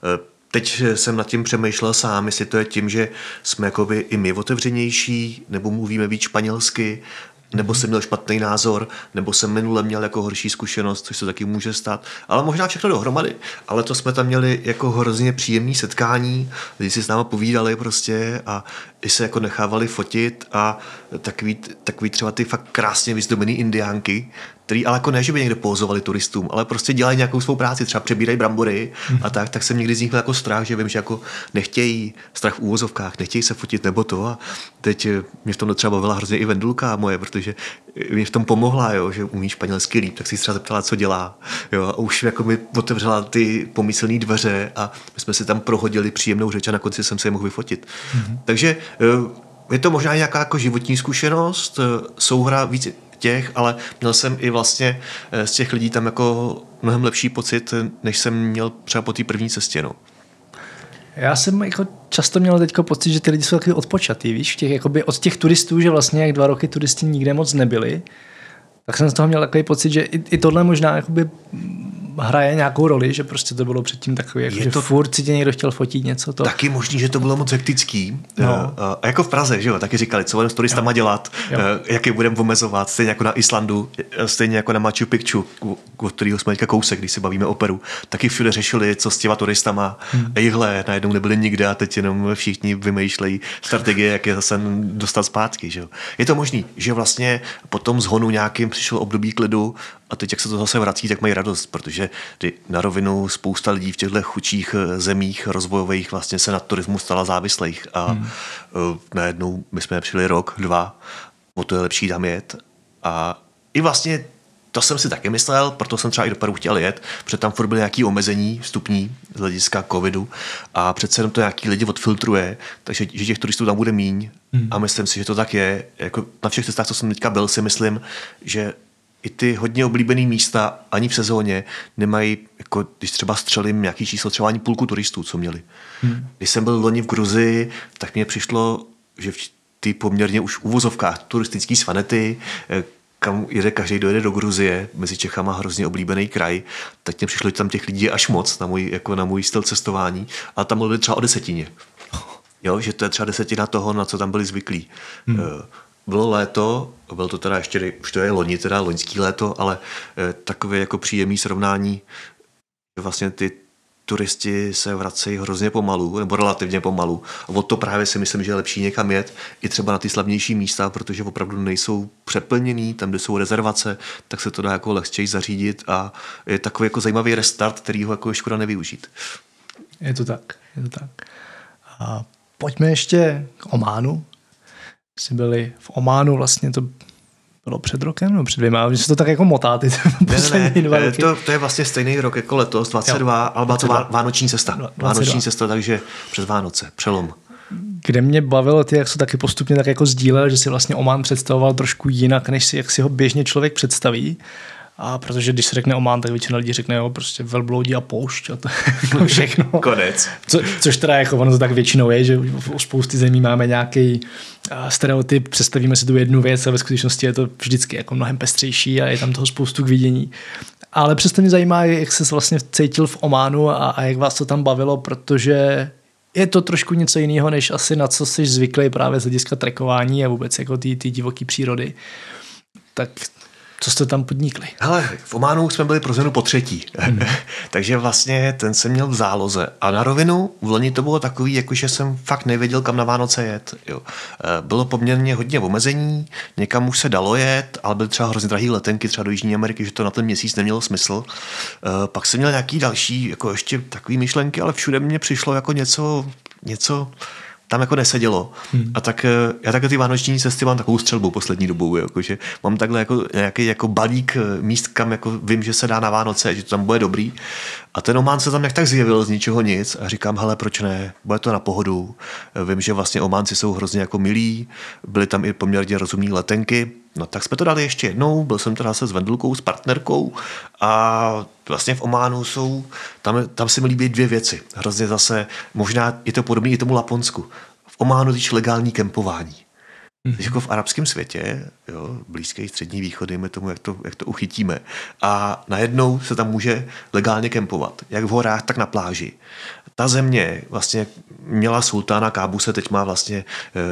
Teď jsem nad tím přemýšlel sám, jestli to je tím, že jsme jakoby i my otevřenější, nebo mluvíme víc španělsky, nebo jsem měl špatný názor, nebo jsem minule měl jako horší zkušenost, což se taky může stát, ale možná všechno dohromady. Ale to jsme tam měli jako hrozně příjemné setkání, lidi si s náma povídali prostě a i se jako nechávali fotit a takový, takový třeba ty fakt krásně vyzdobený indiánky, který ale jako ne, že by někde pózovali turistům, ale prostě dělají nějakou svou práci, třeba přebírají brambory a tak, tak jsem někdy z nich měl jako strach, že vím, že jako nechtějí, strach v úvozovkách, nechtějí se fotit nebo to a teď mě v tom třeba bavila hrozně i Vendulka moje, protože mě v tom pomohla, jo, že umí španělsky líp, tak si třeba zeptala, co dělá, jo, a už jako mi otevřela ty pomyslné dveře a my jsme si tam prohodili příjemnou řeč a na konci jsem se je mohl vyfotit. Mm-hmm. Takže je to možná nějaká jako životní zkušenost, souhra víc těch, ale měl jsem i vlastně z těch lidí tam jako mnohem lepší pocit, než jsem měl třeba po té první cestě. No. Já jsem jako často měl teďko pocit, že ty lidi jsou takový odpočatý, víš, těch, jakoby od těch turistů, že vlastně jak dva roky turisti nikde moc nebyli, tak jsem z toho měl takový pocit, že i, i tohle možná jakoby hraje nějakou roli, že prostě to bylo předtím takový, jako, že to furt si tě někdo chtěl fotit něco. To... Taky možný, že to bylo moc hektický. No. A jako v Praze, že jo, taky říkali, co budeme s turistama jo. dělat, jo. jak je budeme omezovat, stejně jako na Islandu, stejně jako na Machu Picchu, od kterého jsme teďka kousek, když se bavíme o Peru, taky všude řešili, co s těma turistama. Hmm. Ejhle, najednou nebyli nikde a teď jenom všichni vymýšlejí strategie, jak je zase dostat zpátky. Že jo. Je to možný, že vlastně po tom zhonu nějakým přišel období klidu a teď, jak se to zase vrací, tak mají radost, protože ty, na rovinu spousta lidí v těchto chudších zemích rozvojových vlastně se na turismu stala závislých a hmm. uh, najednou my jsme přijeli rok, dva, o to je lepší tam jet a i vlastně to jsem si taky myslel, proto jsem třeba i do Peru chtěl jet, protože tam furt byly nějaké omezení vstupní z hlediska covidu a přece jenom to nějaký lidi odfiltruje, takže že těch turistů tam bude míň hmm. a myslím si, že to tak je. Jako na všech cestách, co jsem teďka byl, si myslím, že i ty hodně oblíbený místa ani v sezóně nemají, jako když třeba střelím nějaký číslo, třeba ani půlku turistů, co měli. Hmm. Když jsem byl loni v Gruzii, tak mně přišlo, že v ty poměrně už uvozovkách turistický svanety, kam jede každý, dojede do Gruzie, mezi Čechama hrozně oblíbený kraj, tak mně přišlo, že tam těch lidí je až moc na můj, jako na můj styl cestování, ale tam mluvili třeba o desetině. Jo, že to je třeba desetina toho, na co tam byli zvyklí. Hmm. Bylo léto, bylo to teda ještě, už to je loni, teda loňský léto, ale eh, takové jako příjemné srovnání, že vlastně ty turisti se vracejí hrozně pomalu, nebo relativně pomalu. A od to právě si myslím, že je lepší někam jet, i třeba na ty slavnější místa, protože opravdu nejsou přeplněný, tam, kde jsou rezervace, tak se to dá jako lehčej zařídit a je takový jako zajímavý restart, který ho jako škoda nevyužít. Je to tak, je to tak. A pojďme ještě k Ománu. Jsi byli v Ománu, vlastně to bylo před rokem, no před dvěma, ale se to tak jako motá ty ne, ne, dva roky. To, to je vlastně stejný rok jako letos, dvacet dva, jo, ale byla to vánoční cesta. dvacet dva. Vánoční cesta, takže před Vánoce, přelom. Kde mě bavilo ty, jak se taky postupně tak jako sdílel, že si vlastně Omán představoval trošku jinak, než si, jak si ho běžně člověk představí. A protože když se řekne Omán, tak většina lidí řekne, jo, prostě velbloudí a poušť a to jako všechno. Konec. Co, což teda jako ono to tak většinou je, že u spousty zemí máme nějaký stereotyp, představíme si tu jednu věc a ve skutečnosti je to vždycky jako mnohem pestřejší a je tam toho spoustu k vidění. Ale přesto mě zajímá, jak se vlastně cítil v Ománu a, a jak vás to tam bavilo, protože je to trošku něco jiného, než asi na co jsi zvyklý právě z hlediska trekování a vůbec jako ty, ty divoký přírody. Tak co jste tam podnikli? Hele, v Ománu jsme byli pro změnu po třetí. Hmm. Takže vlastně ten jsem měl v záloze. A na rovinu v loni to bylo takový, jakože jsem fakt nevěděl, kam na Vánoce jet. Jo. Bylo poměrně hodně omezení, někam už se dalo jet, ale byly třeba hrozně drahý letenky třeba do Jižní Ameriky, že to na ten měsíc nemělo smysl. Pak jsem měl nějaký další, jako ještě takový myšlenky, ale všude mě přišlo jako něco, něco tam jako nesedělo. Hmm. A tak já takhle ty vánoční cesty mám takovou střelbu poslední dobou, jako, že mám takhle jako nějaký jako balík míst, kam jako vím, že se dá na Vánoce, že to tam bude dobrý. A ten Omán se tam jak tak zjevil z ničeho nic a říkám, hele, proč ne, bude to na pohodu. Vím, že vlastně Ománci jsou hrozně jako milí, byly tam i poměrně rozumné letenky. No tak jsme to dali ještě jednou, byl jsem teda se s Vendulkou, s partnerkou a vlastně v Ománu jsou, tam, tam se mi líbí dvě věci. Hrozně zase, možná je to podobné i tomu Laponsku. V Ománu je legální kempování. Mm-hmm. Takže jako v arabském světě, jo, Blízký střední východ, dejme tomu, jak to, jak to uchytíme. A najednou se tam může legálně kempovat, jak v horách, tak na pláži. Ta země vlastně měla sultána Kábuse, teď má vlastně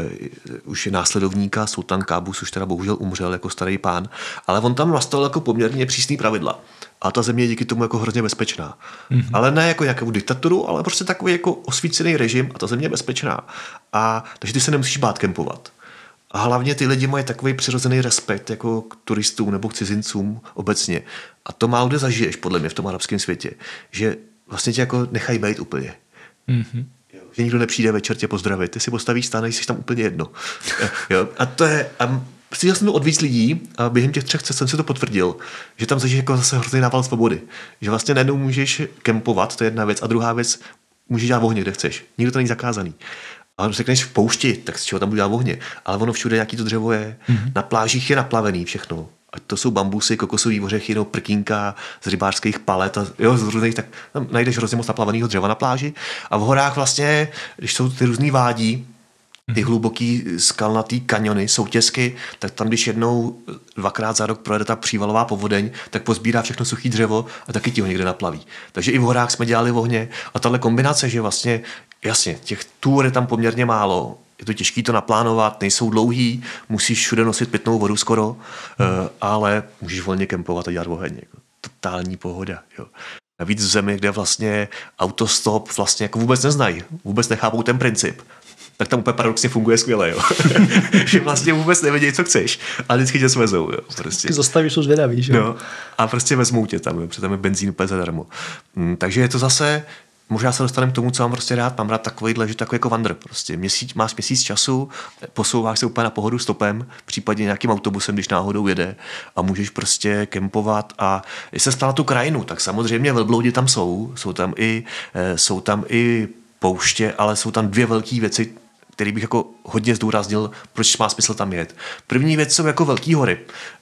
e, už je následovníka, sultán Kábus už teda bohužel umřel jako starý pán, ale on tam nastavil jako poměrně přísný pravidla. A ta země je díky tomu jako hrozně bezpečná. Mm-hmm. Ale ne jako nějakou diktaturu, ale prostě takový jako osvícený režim a ta země je bezpečná. A takže ty se nemusíš bát kempovat. A hlavně ty lidi mají takový přirozený respekt jako k turistům nebo k cizincům obecně. A to málo kde zažiješ podle mě v tom arabském světě, že vlastně tě jako nechají být úplně. Mm-hmm. Jo, že nikdo nepřijde večer tě pozdravit, ty si postavíš stán a jsi tam úplně jedno. Jo, a to je... A přišel jsem od víc lidí a během těch třech cest jsem si to potvrdil, že tam zažiješ jako zase hrozný nával svobody. Že vlastně najednou můžeš kempovat, to je jedna věc, a druhá věc, můžeš dělat ohně, kde chceš. Nikdo to není zakázaný. A řekneš v poušti, tak z čeho tam budu dělat ohně. Ale ono všude nějaký to dřevo je. Mm-hmm. Na plážích je naplavený všechno. Ať to jsou bambusy, kokosový ořechy, no, prkínka z rybářských palet a jo, z různých, tak tam najdeš hrozně moc naplaveného dřeva na pláži. A v horách vlastně, když jsou ty různý vádí, ty hluboký skalnatý kaniony, soutězky, tak tam, když jednou dvakrát za rok projede ta přívalová povodeň, tak pozbírá všechno suchý dřevo a taky ti ho někde naplaví. Takže i v horách jsme dělali ohně a tahle kombinace, že vlastně, jasně, těch tůr je tam poměrně málo, je to těžké to naplánovat, nejsou dlouhý, musíš všude nosit pitnou vodu skoro, hmm. uh, ale můžeš volně kempovat a dělat oheň. Jako totální pohoda. Jo. Navíc v zemi, kde vlastně autostop vlastně jako vůbec neznají, vůbec nechápou ten princip, tak tam úplně paradoxně funguje skvěle, jo. Že vlastně vůbec nevědějí, co chceš, ale vždycky tě svezou, jo. Prostě. Zastavíš, jsou zvědaví, že jo. No, a prostě vezmou tě tam, jo, protože tam je benzín úplně zadarmo. Hmm, takže je to zase, možná se dostaneme k tomu, co mám prostě rád, mám rád takovýhle, že takový jako vandr, prostě měsíc, máš měsíc času, posouváš se úplně na pohodu stopem, případně nějakým autobusem, když náhodou jede a můžeš prostě kempovat a když se stala tu krajinu, tak samozřejmě velbloudi tam jsou, jsou tam i, jsou tam i pouště, ale jsou tam dvě velké věci, který bych jako hodně zdůraznil, proč má smysl tam jet. První věc jsou jako velký hory.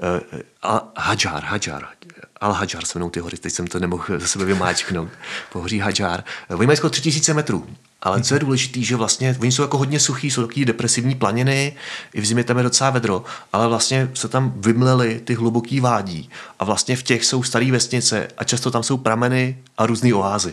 Uh, Hadžár, Hadžár, Al-Hadžár se mnou ty hory, teď jsem to nemohl za sebe vymáčknout. Pohoří Hadžár. Oni mají skoro tři tisíce metrů, ale co je důležité, že vlastně oni jsou jako hodně suchý, jsou takový depresivní planiny, i v zimě tam je docela vedro, ale vlastně se tam vymlely ty hluboký vádí a vlastně v těch jsou staré vesnice a často tam jsou prameny a různý oázy.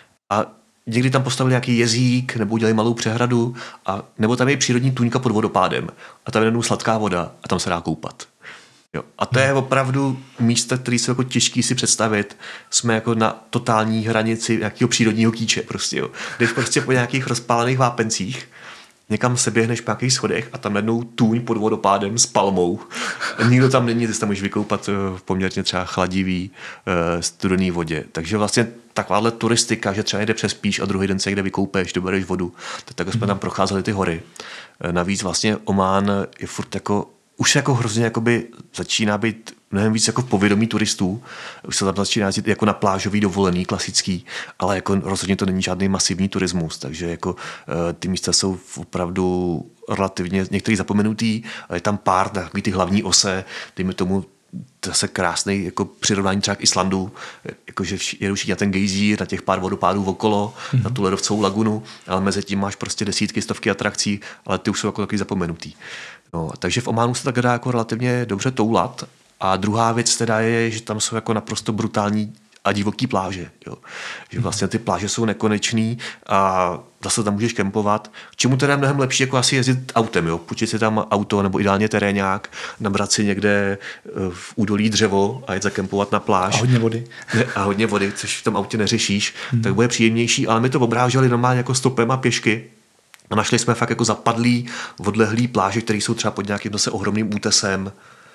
A někdy tam postavili nějaký jezík, nebo udělali malou přehradu, a, nebo tam je přírodní tůňka pod vodopádem. A tam je jenom sladká voda a tam se dá koupat. Jo. A to je opravdu místo, které jsou jako těžký si představit. Jsme jako na totální hranici nějakého přírodního kýče. Prostě, jo. Jdeš prostě po nějakých rozpálených vápencích, někam se běhneš po nějakých schodech a tam jednou tůň pod vodopádem s palmou. Nikdo tam není, ty se tam můžeš vykoupat v poměrně třeba chladivý, studený vodě. Takže vlastně takováhle turistika, že třeba jde přespíš a druhý den se jde vykoupeš, dobereš vodu. Tak jsme tam procházeli ty hory. Navíc vlastně Omán je furt jako, už se jako hrozně jakoby začíná být mnohem víc jako v povědomí turistů. Už se tam začíná jezdit jako na plážový dovolený, klasický, ale jako rozhodně to není žádný masivní turismus, takže jako ty místa jsou opravdu relativně některý zapomenutý, je tam pár takový ty hlavní ose, dejme tomu zase krásný jako přirovnání třeba k Islandu, jakože jedou všichni na ten gejzír, na těch pár vodopádů okolo, mm-hmm. na tu ledovcovou lagunu, ale mezi tím máš prostě desítky, stovky atrakcí, ale ty už jsou jako takový zapomenutý. No, takže v Ománu se tak dá jako relativně dobře toulat. A druhá věc teda je, že tam jsou jako naprosto brutální a divoký pláže. Jo. Že vlastně ty pláže jsou nekonečný a zase tam můžeš kempovat. K čemu teda je mnohem lepší jako asi jezdit autem. Jo. Půjčit si tam auto nebo ideálně terénák, nabrat si někde v údolí dřevo a jet zakempovat na pláž. A hodně vody. A hodně vody, což v tom autě neřešíš, hmm. tak bude příjemnější, ale my to obráželi normálně jako stopem a pěšky. A našli jsme fakt jako zapadlý, odlehlý pláže, které jsou třeba pod nějakým zase ohromným útesem.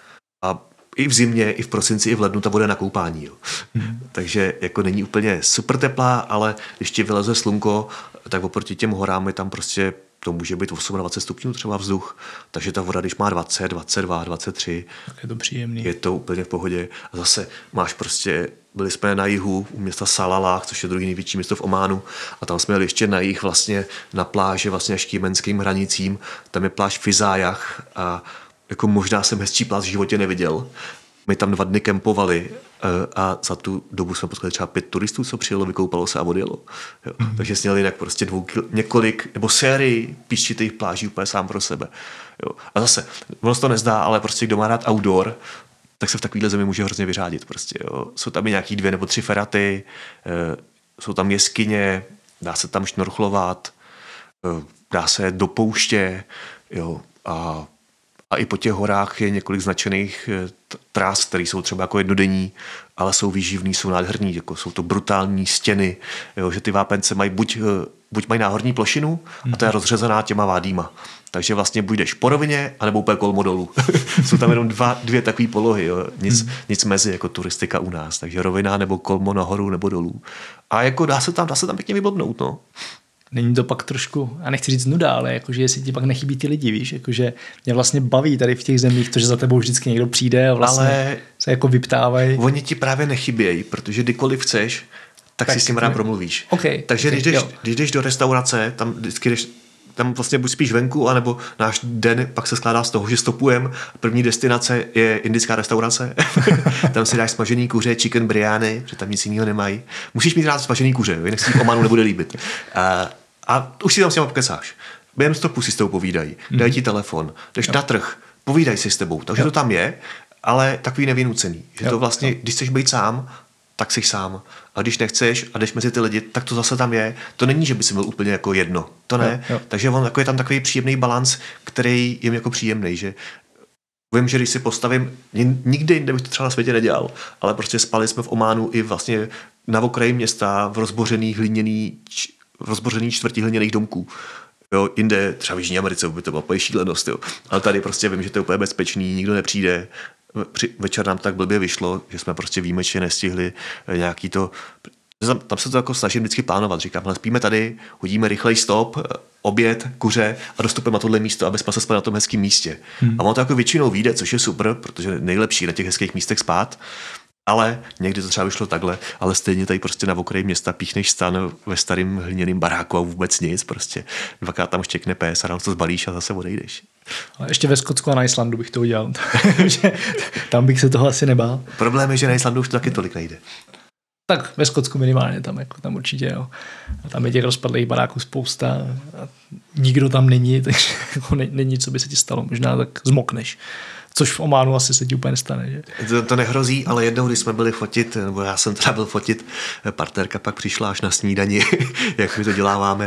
A i v zimě, i v prosinci, i v lednu ta voda na koupání. Jo. Hmm. Takže jako není úplně super teplá, ale když ti vyleze slunko, tak oproti těm horám je tam prostě, to může být dvacet osm stupňů třeba vzduch, takže ta voda, když má dvacet, dvacet dva, dvacet tři, je to příjemný. Je to úplně v pohodě. A zase máš prostě, byli jsme na jihu u města Salalah, což je druhý největší město v Ománu, a tam jsme jeli ještě na jih vlastně na pláži vlastně až k jemenským hranicím. Tam je pláž Fizájah a jako možná jsem hezčí pláž v životě neviděl. My tam dva dny kempovali a za tu dobu jsme potkali třeba pět turistů, co přijelo, vykoupalo se a odjelo. Jo. Mm. Takže jsme měli jinak prostě dvou, několik, nebo sérii písčitých pláží úplně sám pro sebe. Jo. A zase, ono se to nezdá, ale prostě kdo má rád outdoor, tak se v takovéhle zemi může hrozně vyřádit. Prostě, jo. Jsou tam i nějaký dvě nebo tři feraty, jsou tam jeskyně, dá se tam šnorchlovat, dá se do pouště, jo, a A i po těch horách je několik značených tras, které jsou třeba jako jednodenní, ale jsou výživný, jsou nádherný. Jako jsou to brutální stěny, jo, že ty vápence mají buď, buď mají náhorní plošinu, a to je rozřezaná těma vádíma. Takže vlastně buď jdeš po rovině, anebo úplně kolmo dolů. Jsou tam jenom dva, dvě takové polohy, jo. Nic, hmm. nic mezi jako turistika u nás. Takže rovina nebo kolmo nahoru nebo dolů. A jako dá se tam, dá se tam pěkně vyblbnout, no. Není to pak trošku, a nechci říct nuda, ale jakože jestli ti pak nechybí ty lidi, víš, jakože mě vlastně baví tady v těch zemích to, že za tebou vždycky někdo přijde a vlastně ale se jako vyptávají. Oni ti právě nechybějí, protože kdykoliv chceš, tak, tak si s tím rád promluvíš. Okay, Takže okay, když, jdeš, když jdeš do restaurace, tam vždycky jdeš, tam vlastně buď spíš venku, anebo náš den pak se skládá z toho, že stopujeme. První destinace je indická restaurace. Tam si dáš smažený kuře, chicken biryani, protože tam nic jiného nemají. Musíš mít rád smažený kuře, jinak si v Omanu nebude líbit. A, a už si tam s těma pokecáš. Během stopu si s tou povídají. Dají ti telefon, jdeš jo. na trh, povídají si s tebou. Takže jo. to tam je, ale takový nevynucený. Že jo. to vlastně, jo. když chceš být sám, tak jsi sám. A když nechceš a jdeš mezi ty lidi, tak to zase tam je. To není, že by si byl úplně jako jedno. To ne. Jo, jo. Takže on, jako je tam takový příjemný balans, který je jako příjemný, že vím, že když si postavím, nikdy jinde bych to třeba na světě nedělal, ale prostě spali jsme v Ománu i vlastně na okraji města v rozbořených hliněný, v rozbořený čtvrtí hliněných domků. Jo, jinde, třeba v Jižní Americe, by to byla úplně šílenost, jo. Ale tady prostě vím, že to je úplně bezpečný, nikdo nepřijde. Při, večer nám tak blbě vyšlo, že jsme prostě výjimečně nestihli nějaký to, tam se to jako snažím vždycky plánovat, říkám, ale spíme tady, hodíme rychlej stop, oběd, kuře a dostupeme na tohle místo, aby jsme se spali na tom hezkém místě. Hmm. A ono to jako většinou vyjde, což je super, protože nejlepší na těch hezkých místech spát, ale někdy to třeba vyšlo takhle, ale stejně tady prostě na okraji města píchneš stan ve starým hliněným baráku a vůbec nic, prostě dvakrát tam štěkne pés a ráno to zbalíš a zase odejdeš. Ale ještě ve Skotsku a na Islandu bych to udělal. Tam bych se toho asi nebál. Problém je, že na Islandu už to taky tolik nejde. Tak ve Skotsku minimálně, tam, jako, tam určitě, jo. A tam je těch rozpadlých baráků spousta a nikdo tam není, takže jako není, co by se ti stalo. Možná tak zmokneš. Což v Ománu asi se ti úplně nestane, že? To, to nehrozí, ale jednou, když jsme byli fotit, nebo já jsem teda byl fotit, partnerka pak přišla až na snídani, jak my to děláváme,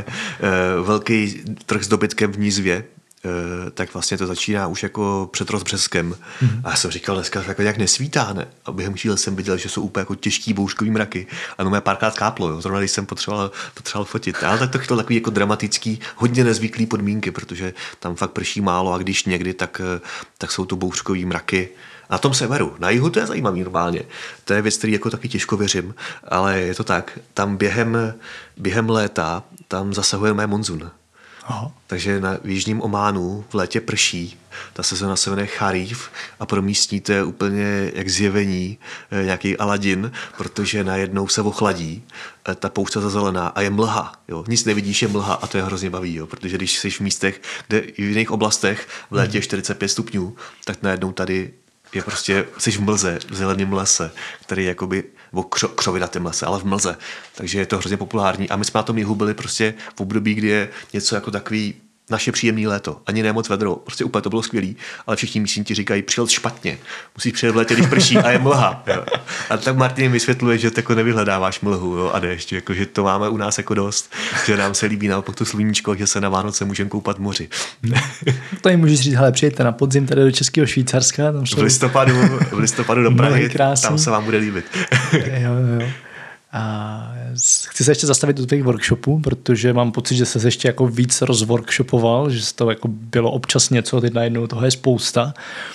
velký trh s dobytkem v Nízvě, tak vlastně to začíná už jako před rozbřeskem. Mm-hmm. A já jsem říkal, dneska jako nějak nesvítá, ne? A během chvíle jsem viděl, že jsou úplně jako těžký bouřkový mraky. A no mé párkrát káplo, jo. Zrovna když jsem potřeboval, potřeboval fotit. Ale tak to chtěl takový jako dramatický, hodně nezvyklý podmínky, protože tam fakt prší málo a když někdy, tak, tak jsou to bouřkový mraky. Na tom severu, na jihu to je zajímavý normálně. To je věc, který jako taky těžko věřím, ale je to tak. Tam během, během léta tam zasahuje mé monzun. Aha. Takže na v jižním Ománu v létě prší, ta sezona se jmenuje Charif a pro místní to je úplně jak zjevení, nějaký Aladin, protože najednou se ochladí, ta poušť zazelená a je mlha. Jo. Nic nevidíš, je mlha a to je hrozně baví, jo. Protože když jsi v místech, kde v jiných oblastech v létě je čtyřicet pět stupňů, tak najednou tady je prostě, jsi v mlze, v zeleném lese, který je jakoby, nebo křo, křovinatém lese, ale v mlze. Takže je to hrozně populární. A my jsme na tom jihu byli prostě v období, kdy je něco jako takový naše příjemné léto. Ani ne moc vedro. Prostě úplně to bylo skvělý. Ale všichni místní ti říkají, přijel špatně. Musíš přijet v létě, když prší a je mlha. Jo. A tak Martin vysvětluje, že jako nevyhledáváš mlhu, jo, a déšť, jako, že to máme u nás jako dost. Že nám se líbí naopak to sluníčko, že se na Vánoce můžeme koupat v moři. To jim můžeš říct, hele, přijďte na podzim tady do Českého Švýcarska. Tam v listopadu, v listopadu do Prahy, tam se vám bude líbit. Jo, jo. A chci se ještě zastavit do tvých workshopů, protože mám pocit, že se ještě jako víc rozworkshopoval, že to jako bylo občas něco, teď najednou toho je spousta.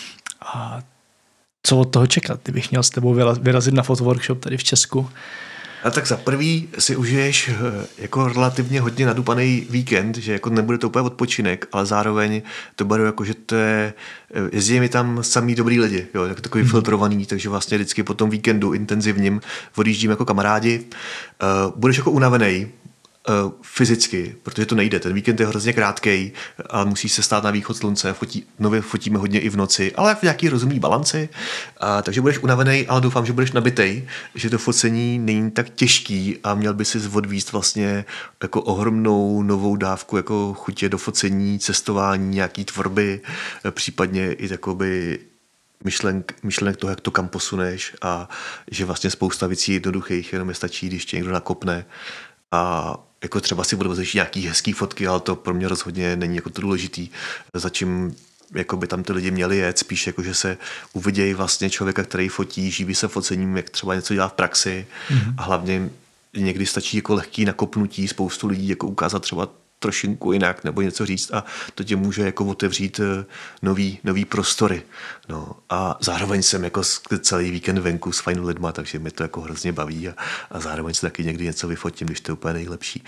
A co od toho čekat? Kdybych měl s tebou vyrazit na fotoworkshop tady v Česku. A tak za prvý si užiješ jako relativně hodně nadupaný víkend, že jako nebude to úplně odpočinek, ale zároveň to beru jako, že to je, jezdí mi tam samý dobrý lidi, jo, jako takový hmm. filtrovaný, takže vlastně vždycky po tom víkendu intenzivním odjíždím jako kamarádi. Uh, budeš jako unavený, uh, fyzicky, protože to nejde. Ten víkend je hrozně krátkej a musí se stát na východ slunce. Fotí, nově fotíme hodně i v noci, ale v nějaký rozumný balanci. A, takže budeš unavený, ale doufám, že budeš nabitej, že to focení není tak těžký a měl by si odvízt vlastně jako ohromnou novou dávku jako chutě do focení, cestování, nějaký tvorby, případně i takoby myšlenk, myšlenek toho, jak to kam posuneš a že vlastně spousta věcí jednoduchých, jenom je stačí, když tě někdo nakopne a jako třeba si odvezeš nějaký hezký fotky, ale to pro mě rozhodně není jako to důležitý, za čím jako by tam ty lidi měli jet, spíš jako, že se uvidějí vlastně člověka, který fotí, živí se focením, jak třeba něco dělá v praxi mm-hmm. a hlavně někdy stačí jako lehký nakopnutí spoustu lidí, jako ukázat třeba trošinku jinak nebo něco říct a to tě může jako otevřít nový, nový prostory. No a zároveň jsem jako celý víkend venku s fajn lidma, takže mi to jako hrozně baví a, a zároveň si taky někdy něco vyfotím, když to je úplně nejlepší.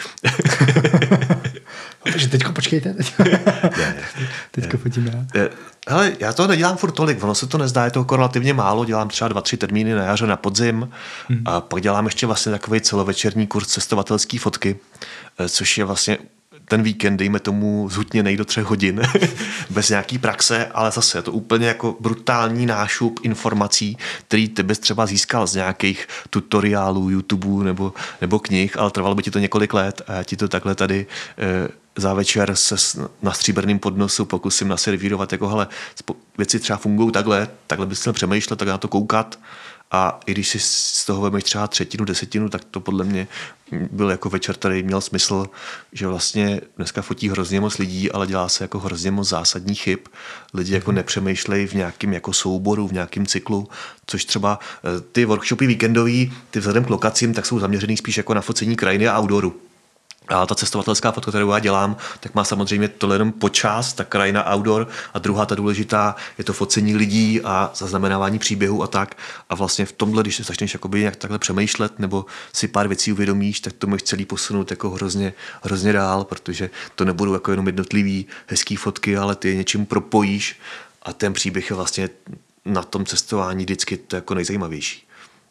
Takže teďko počkejte. Teďko, ne, teďko fotím já. Hele, já to nedělám furt tolik, ono se to nezdá, je to relativně málo, dělám třeba dva, tři termíny na jaře, na podzim hmm. a pak dělám ještě vlastně takový celovečerní kurz cestovatelský fotky, což je vlastně ten víkend, dejme tomu, zhutněnej do třech hodin, bez nějaký praxe, ale zase je to úplně jako brutální nášup informací, který ty bys třeba získal z nějakých tutoriálů, YouTubeů nebo, nebo knih, ale trvalo by ti to několik let a já ti to takhle tady e, za večer se na stříbrném podnosu pokusím naservírovat, jako hele, věci třeba fungují takhle, takhle bys měl přemýšlet, tak na to koukat. A i když si z toho vemeš třeba třetinu, desetinu, tak to podle mě byl jako večer, který měl smysl, že vlastně dneska fotí hrozně moc lidí, ale dělá se jako hrozně moc zásadních chyb. Lidi jako nepřemýšlejí v nějakém jako souboru, v nějakém cyklu, což třeba ty workshopy víkendový, ty vzhledem k lokacím, tak jsou zaměřený spíš jako na focení krajiny a outdooru. A ta cestovatelská fotka, kterou já dělám, tak má samozřejmě tohle jenom počást, ta krajina outdoor a druhá ta důležitá je to focení lidí a zaznamenávání příběhů a tak. A vlastně v tomhle, když se začneš jakoby nějak takhle přemýšlet nebo si pár věcí uvědomíš, tak to můžeš celý posunout jako hrozně, hrozně dál, protože to nebudou jako jenom jednotlivý hezký fotky, ale ty je něčím propojíš a ten příběh je vlastně na tom cestování vždycky to jako nejzajímavější.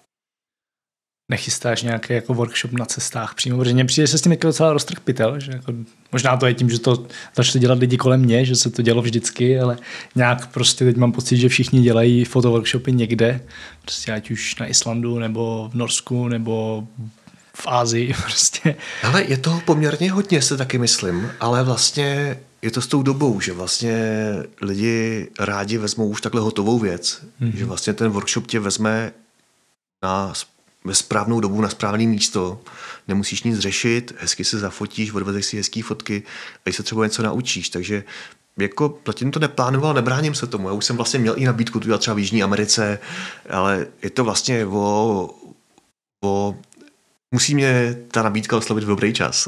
Nechystáš nějaký jako workshop na cestách přímo, protože mně přijde, že se s tím jako docela roztrh pytel, že jako, možná to je tím, že to začali dělat lidi kolem mě, že se to dělo vždycky, ale nějak prostě teď mám pocit, že všichni dělají fotoworkshopy někde, prostě ať už na Islandu, nebo v Norsku, nebo v Ázii prostě. Ale je toho poměrně hodně, se taky myslím, ale vlastně je to s tou dobou, že vlastně lidi rádi vezmou už takhle hotovou věc, mm-hmm. že vlastně ten workshop tě vezme na ve správnou dobu na správné místo, nemusíš nic řešit, hezky se zafotíš, odvezeš si hezký fotky a se třeba něco naučíš, takže jako zatím to neplánoval, nebráním se tomu, já už jsem vlastně měl i nabídku tu třeba v Jižní Americe, ale je to vlastně o, o musí mě ta nabídka oslovit v dobrý čas.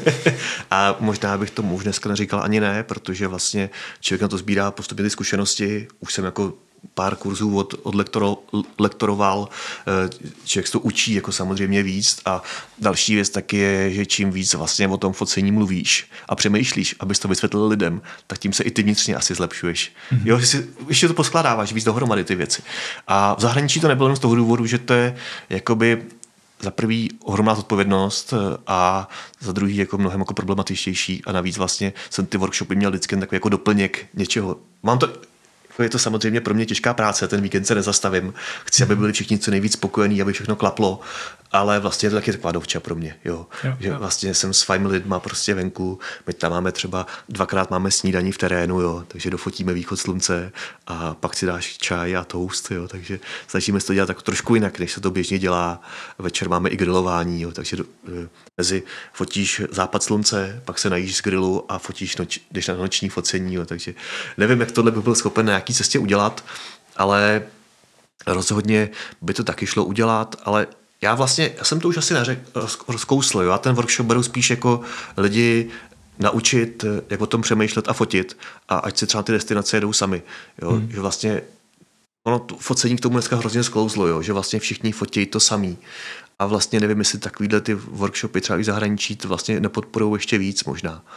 A možná bych tomu už dneska neříkal ani ne, protože vlastně člověk na to sbírá postupně ty zkušenosti, už jsem jako pár kurzů od, od lektoro, lektoroval, člověk se to učí jako samozřejmě víc a další věc taky je, že čím víc vlastně o tom focení mluvíš a přemýšlíš, abys to vysvětlil lidem, tak tím se i ty vnitřně asi zlepšuješ. Mm-hmm. Jo, že si ještě to poskládáváš víc dohromady ty věci. A v zahraničí to nebylo jen z toho důvodu, že to je jakoby za prvý ohromná zodpovědnost a za druhý jako mnohem jako problematičtější a navíc vlastně jsem ty workshopy měl vždycky takový jako doplněk něčeho. Mám to Je to samozřejmě pro mě těžká práce, ten víkend se nezastavím. Chci, aby byli všichni co nejvíc spokojení, aby všechno klaplo, ale vlastně je to taky taková dovča pro mě. Jo. Jo, že jo. Vlastně jsem s fajn lidma prostě venku, my tam máme třeba dvakrát máme snídaní v terénu, jo, takže dofotíme východ slunce a pak si dáš čaj a toast, jo, takže snažíme se to dělat tak trošku jinak, než se to běžně dělá. Večer máme i grilování, jo, takže mezi fotíš západ slunce, pak se najíš z grilu a fotíš noč, jdeš na noční focení, jo, takže nevím, jak tohle by byl schopen na nějaký cestě udělat, ale rozhodně by to taky šlo udělat, ale já vlastně, já jsem to už asi neřekl, rozkousl, jo, já ten workshop beru spíš jako lidi naučit, jak o tom přemýšlet a fotit a ať si třeba ty destinace jedou sami, jo, hmm. že vlastně ono to focení k tomu dneska hrozně sklouzlo, jo, že vlastně všichni fotí to samý a vlastně nevím, jestli takovýhle ty workshopy třeba i v zahraničí to vlastně nepodporujou ještě víc možná.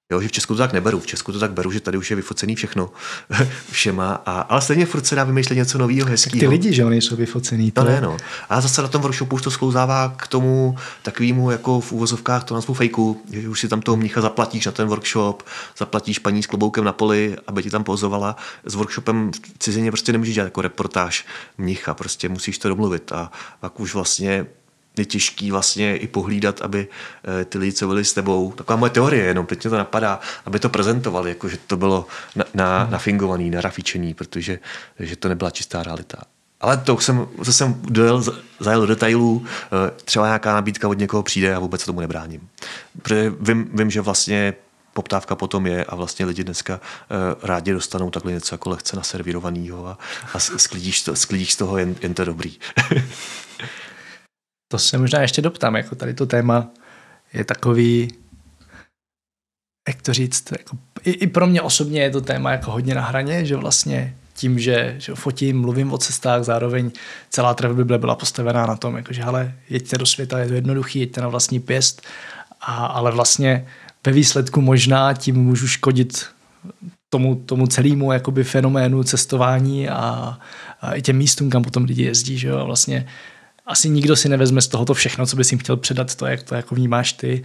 Jo, že v Česku to tak neberu. V Česku to tak beru, že tady už je vyfocený všechno všema. A, ale stejně furt se dá vymýšlet něco nového, hezkého. Ty lidi, že oni jsou vyfocený. To ne, no. A zase na tom workshopu už to sklouzává k tomu takovému, jako v úvozovkách to nazvu fejku, že už si tam toho mnicha zaplatíš na ten workshop, zaplatíš paní s kloboukem na poli, aby ti tam pozovala. S workshopem v cizině prostě nemůžeš dělat jako reportáž mnicha, prostě musíš to domluvit a pak už vlastně je těžký vlastně i pohlídat, aby ty lidi, co byli s tebou, taková moje teorie, jenom teď mě to napadá, aby to prezentovali, jako že to bylo na, na, hmm. nafingovaný, narafičený, protože že to nebyla čistá realita. Ale to jsem, to jsem dojel, zajel do detailů, třeba nějaká nabídka od někoho přijde a vůbec se tomu nebráním. Protože vím, vím, že vlastně poptávka potom je a vlastně lidi dneska uh, rádi dostanou takhle něco jako lehce naservírovanýho a, a sklidíš, to, sklidíš z toho jen, jen to dobrý. To se možná ještě doptám, jako tady to téma je takový, jak to říct, jako, i, i pro mě osobně je to téma jako hodně na hraně, že vlastně tím, že, že fotím, mluvím o cestách, zároveň celá Travel Bible byla postavená na tom, jakože hele, jeďte do světa, je to jednoduchý, jeďte na vlastní pěst, a, ale vlastně ve výsledku možná tím můžu škodit tomu, tomu celému jakoby fenoménu cestování a, a i těm místům, kam potom lidi jezdí, že jo, a vlastně asi nikdo si nevezme z tohoto všechno, co bys jim chtěl předat, to, jak to jako vnímáš ty.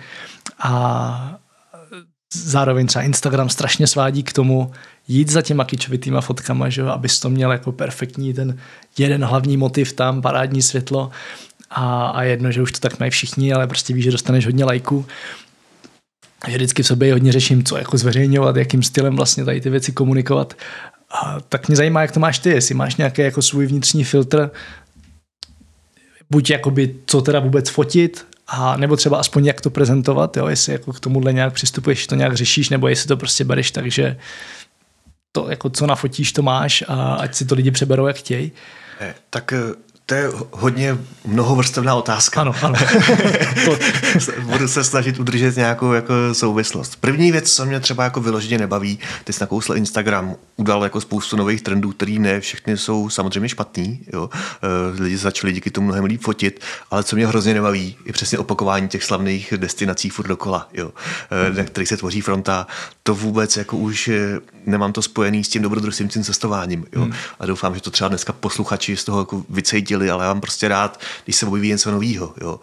A zároveň třeba Instagram strašně svádí k tomu jít za těma kyčovitýma fotkama, že jo, abys to měl jako perfektní ten jeden hlavní motiv tam, parádní světlo a, a jedno, že už to tak mají všichni, ale prostě víš, že dostaneš hodně lajků. Že vždycky v sobě hodně řeším, co jako zveřejňovat, jakým stylem vlastně tady ty věci komunikovat. A tak mě zajímá, jak to máš ty, jestli máš nějaký jako svůj vnitřní filtr, buď jakoby, co teda vůbec fotit, a nebo třeba aspoň jak to prezentovat, jo? Jestli jako k tomuhle nějak přistupuješ, to nějak řešíš, nebo jestli to prostě bereš tak, že to, jako co nafotíš, to máš a ať si to lidi přeberou, jak chtějí. Tak to je hodně mnohovrstevná otázka. Ano, ano. Budu se snažit udržet nějakou jako souvislost. První věc, co mě třeba jako vyloženě nebaví, ty jsi nakousl Instagram, udal jako spoustu nových trendů, který ne všechny jsou samozřejmě špatný. Jo. Lidi začali díky tomu mnohem líp fotit, ale co mě hrozně nebaví, je přesně opakování těch slavných destinací furt dokola, jo, na kterých se tvoří fronta. To vůbec jako už nemám to spojený s tím dobrodružstvím cestováním. Jo. Hmm. A doufám, že to třeba dneska posluchači z toho jako vycejtili, ale já mám prostě rád, když se objeví něco novýho. Jo.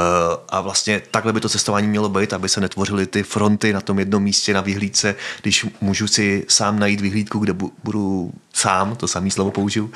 A vlastně takhle by to cestování mělo být, aby se netvořily ty fronty na tom jednom místě na vyhlídce, když můžu si sám najít vyhlídku, kde budu sám, to samý slovo použiju,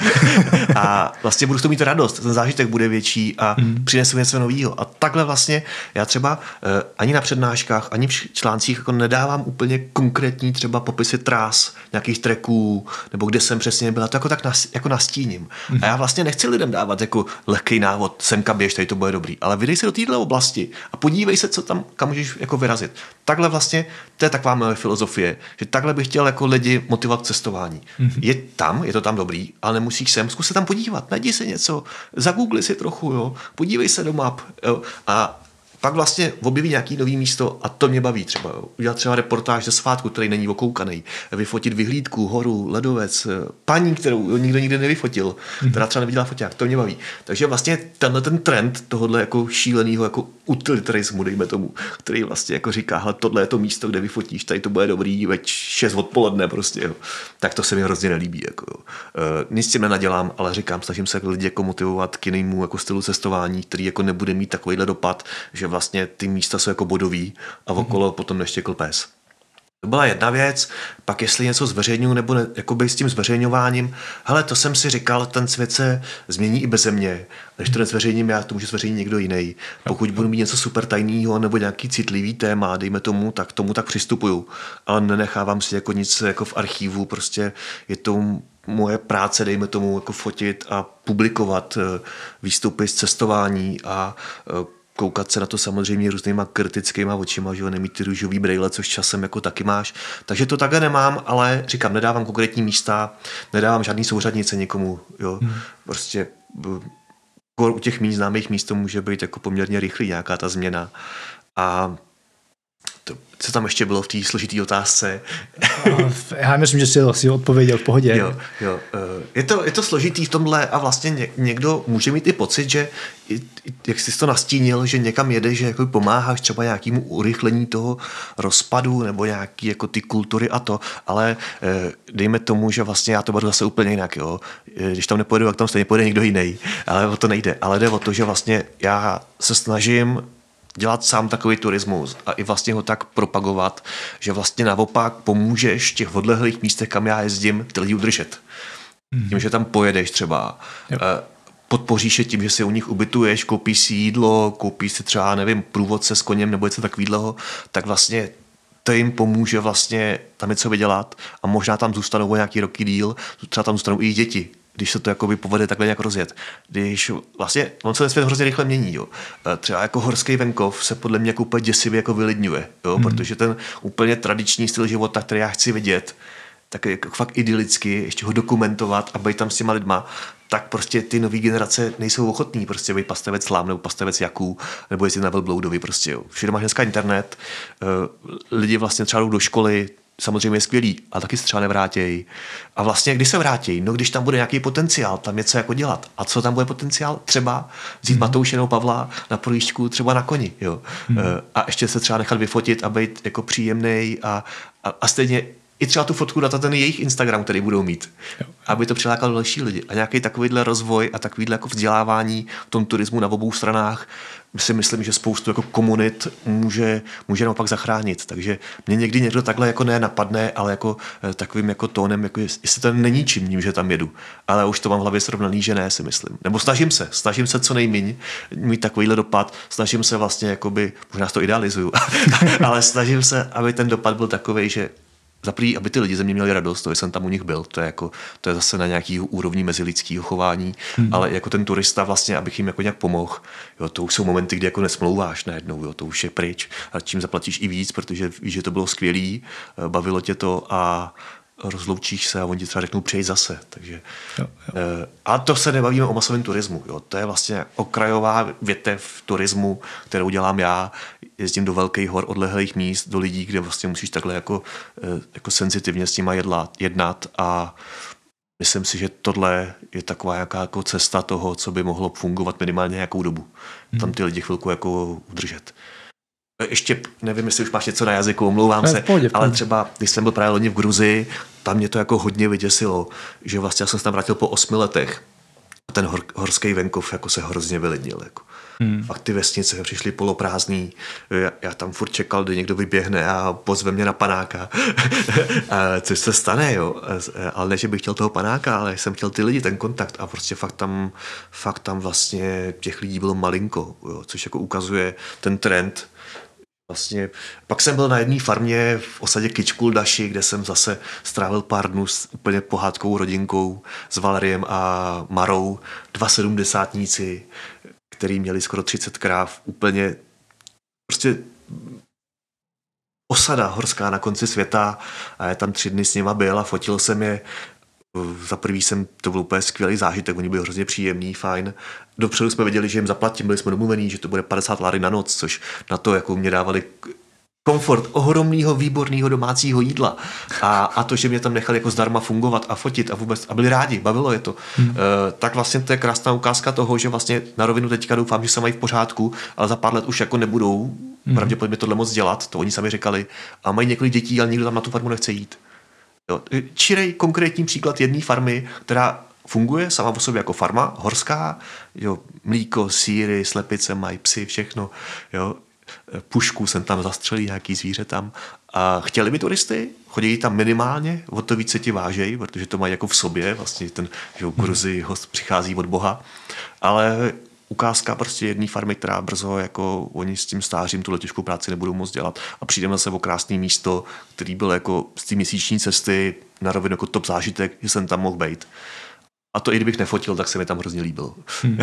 a vlastně budu z toho mít radost, ten zážitek bude větší a mm. přinesu něco novýho. A takhle vlastně já třeba uh, ani na přednáškách, ani v článcích jako nedávám úplně konkrétní třeba popisy trás, nějakých treků, nebo kde jsem přesně byla, to jako tak nas, jako nastíním. Mm. A já vlastně nechci lidem dávat jako lehký návod, semka běž, tady to bude dobrý, ale vydej se do téhle oblasti a podívej se, co tam, kam můžeš jako vyrazit. Takhle vlastně, to je taková moje filozofie, že takhle bych chtěl jako lidi motivovat k cestování. Mm. Je tam, je to tam dobrý, ale nemusíš sem, zkus se tam podívat, najdi si něco, zagoogli si trochu, jo, podívej se do map, jo, a pak vlastně objeví nějaký nový místo a to mě baví třeba. Jo. Udělat třeba reportáž ze svátku, který není okoukaný, vyfotit vyhlídku, horu, ledovec, paní, kterou nikdo nikdy nevyfotil, která třeba neviděla foťák, to mě baví. Takže vlastně tenhle ten trend tohohle jako šílenýho jako utilitarismu, dejme tomu, který vlastně jako říká, hele, tohle je to místo, kde vyfotíš, tady to bude dobrý, veď šest odpoledne prostě, jo. Tak to se mi hrozně nelíbí. Jako, jo. E, nic s tím nenadělám, ale říkám, snažím se lidi jako motivovat k jinému jako stylu cestování, který jako nebude mít takovýhle dopad, že vlastně ty místa jsou jako bodový a okolo mm-hmm. potom neštěkl pes. To byla jedna věc, pak jestli něco zveřejňuju nebo ne, jakoby s tím zveřejňováním, hele, to jsem si říkal, ten svět se změní i beze mě. Když to nezveřejním, já to můžu zveřejnit někdo jiný. Pokud budu mít něco super tajného nebo nějaký citlivý téma, dejme tomu, tak tomu tak přistupuju. Ale nenechávám si jako nic jako v archivu, prostě je to moje práce, dejme tomu, jako fotit a publikovat výstupy z cestování a koukat se na to samozřejmě různýma kritickýma očima, že jo, nemít ty růžový brejle, což časem jako taky máš. Takže to takhle nemám, ale říkám, nedávám konkrétní místa, nedávám žádný souřadnice někomu, jo. Hmm. Prostě u těch míst, známých míst to může být jako poměrně rychlý nějaká ta změna. A To, co tam ještě bylo v té složité otázce? Já myslím, že jsi asi odpověděl v pohodě. Jo, jo. Je to, je to složitý v tomhle a vlastně někdo může mít i pocit, že jak jsi to nastínil, že někam jedeš, že jako pomáháš třeba nějakému urychlení toho rozpadu nebo nějaký jako ty kultury a to, ale dejme tomu, že vlastně já to beru zase úplně jinak. Jo. Když tam nepojedu, tak tam stejně pojede někdo jiný, ale o to nejde. Ale jde o to, že vlastně já se snažím dělat sám takový turismus a i vlastně ho tak propagovat, že vlastně naopak pomůžeš v těch odlehlých místech, kam já jezdím, ty lidi udržet. Mm. Tím, že tam pojedeš třeba, jo. podpoříš je tím, že si u nich ubytuješ, koupíš si jídlo, koupíš si třeba, nevím, průvodce s koněm nebo něco takového, tak vlastně to jim pomůže vlastně tam něco vydělat a možná tam zůstanou o nějaký roky díl, třeba tam zůstanou i děti, když se to jakoby povede takhle nějak rozjet. Když vlastně, on se ten svět hrozně rychle mění. Jo. Třeba jako horský venkov se podle mě jako úplně děsivě jako vylidňuje, jo, hmm. protože ten úplně tradiční styl života, který já chci vidět, tak jako fakt idylicky, ještě ho dokumentovat a být tam s těma lidma, tak prostě ty nový generace nejsou ochotní prostě být pastevec Lám nebo pastevec Jaků nebo jezdit na velbloudovi prostě. Jo. Všude máš dneska internet, lidi vlastně třeba jdou do školy, samozřejmě je skvělý, ale taky se třeba nevrátějí. A vlastně, když se vrátí, no když tam bude nějaký potenciál, tam něco jako dělat. A co tam bude potenciál? Třeba vzít mm. Matouše nebo Pavla na projížďku, třeba na koni. Jo. Mm. A ještě se třeba nechat vyfotit a být jako příjemnej a, a, a stejně i třeba tu fotku dát na ten jejich Instagram, který budou mít, jo. Aby to přilákalo další lidi. A nějaký takovýhle rozvoj a takovýhle jako vzdělávání v tom turismu na obou stranách si myslím, že spoustu jako komunit může, může naopak zachránit. Takže mě někdy někdo takhle jako ne napadne, ale jako takovým jako tónem, jako jestli to není čím ním, že tam jedu. Ale už to mám v hlavě srovnaný, že ne, si myslím. Nebo snažím se, snažím se co nejméně mít takovýhle dopad, snažím se vlastně jakoby, možná to idealizuju, ale snažím se, aby ten dopad byl takovej, že za prvý, aby ty lidi ze mě měli radost, to, že jsem tam u nich byl, to je, jako, to je zase na nějaký úrovni mezilidského chování, hmm. ale jako ten turista vlastně, abych jim jako nějak pomohl, jo, to už jsou momenty, kdy jako nesmlouváš najednou, jo, to už je pryč a čím zaplatíš i víc, protože víš, že to bylo skvělý, bavilo tě to a rozloučíš se a oni ti třeba řeknou přijď zase. Takže, jo, jo. A to se nebavíme o masovém turismu. Jo. To je vlastně okrajová větev turismu, kterou dělám já. Jezdím do velkých hor, odlehlých míst, do lidí, kde vlastně musíš takhle jako, jako senzitivně s nima jedlat, jednat a myslím si, že tohle je taková jaká jako cesta toho, co by mohlo fungovat minimálně nějakou dobu. Hmm. Tam ty lidi chvilku jako udržet. Ještě nevím, jestli už máš něco na jazyku, omlouvám se, pohodě, ale třeba, když jsem byl právě loni v Gruzii, tam mě to jako hodně vyděsilo, že vlastně já jsem se tam vrátil po osmi letech a ten hor, horský venkov jako se hrozně vylidnil. Jako. Hmm. Fakt ty vesnice přišly poloprázdný, já, já tam furt čekal, kdy někdo vyběhne a pozve mě na panáka, a což se stane, jo, ale ne, že bych chtěl toho panáka, ale jsem chtěl ty lidi, ten kontakt a prostě fakt tam, fakt tam vlastně těch lidí bylo malinko, jo, což jako ukazuje ten trend. Vlastně. Pak jsem byl na jedné farmě v osadě Kičkuldaši, kde jsem zase strávil pár dnů s úplně pohádkou rodinkou, s Valeriem a Marou, dva sedmdesátníci, který měli skoro třicet kráv, úplně prostě osada horská na konci světa a já tam tři dny s nima byl a fotil jsem je. Za prvý jsem, to byl úplně skvělý zážitek, oni byli hrozně příjemný, fajn. Dopředu jsme věděli, že jim zaplatím, byli jsme domluvení, že to bude padesát lary na noc, což na to jako mě dávali komfort ohromného, výborného domácího jídla. A, a to, že mě tam nechali jako zdarma fungovat a fotit a vůbec, a byli rádi, bavilo je to. Hmm. Uh, tak vlastně to je krásná ukázka toho, že vlastně na rovinu teďka doufám, že se mají v pořádku, ale za pár let už jako nebudou hmm. pravděpodobně tohle moc dělat, to oni sami říkali. A mají několik dětí, ale nikdo tam na tu farmu nechce jít. Čirej konkrétní příklad jedné farmy, která funguje sama o sobě jako farma, horská, jo, mlíko, sýry, slepice, mají psy, všechno, jo, pušku jsem tam zastřelil, nějaký zvíře tam a chtěli by turisty, chodí tam minimálně, o to více ti vážejí, protože to mají jako v sobě, vlastně ten, že Gruzi host přichází od Boha, ale ukázka prostě jedné farmy, která brzo, jako oni s tím stářím tuhle těžkou práci nebudou moc dělat a přijdeme se o krásné místo, který byl jako z té měsíční cesty na rovinu jako top zážitek, že jsem tam mohl být. A to i kdybych nefotil, tak se mi tam hrozně líbil. Hmm.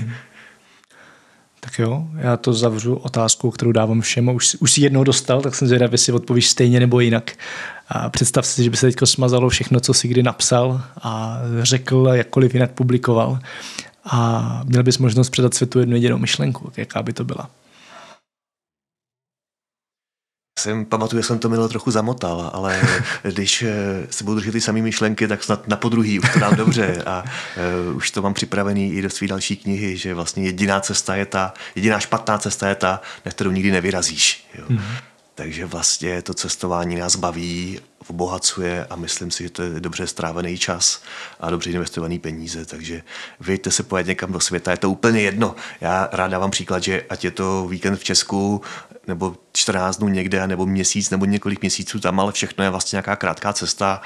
Tak jo, já to zavřu otázkou, kterou dávám všem. Už, už si jednou dostal, tak jsem zvědavý, jestli odpovíš stejně nebo jinak. A představ si, že by se teďko smazalo všechno, co jsi kdy napsal a řekl, jakkoliv jinak publikoval. A měl bys možnost předat světu jednu jedinou myšlenku, jaká by to byla? Jsem, pamatuju, že jsem to minule trochu zamotal, ale když se budu držet ty samé myšlenky, tak snad na podruhý už to dám dobře a uh, už to mám připravený i do své další knihy, že vlastně jediná cesta je ta, jediná špatná cesta je ta, na kterou nikdy nevyrazíš. Jo. Mm-hmm. Takže vlastně to cestování nás baví, obohacuje a myslím si, že to je dobře strávený čas a dobře investovaný peníze, takže vyjďte se pojet někam do světa, je to úplně jedno. Já rád dávám příklad, že ať je to víkend v Česku, nebo čtrnáct dnů někde, nebo měsíc, nebo několik měsíců tam, ale všechno je vlastně nějaká krátká cesta.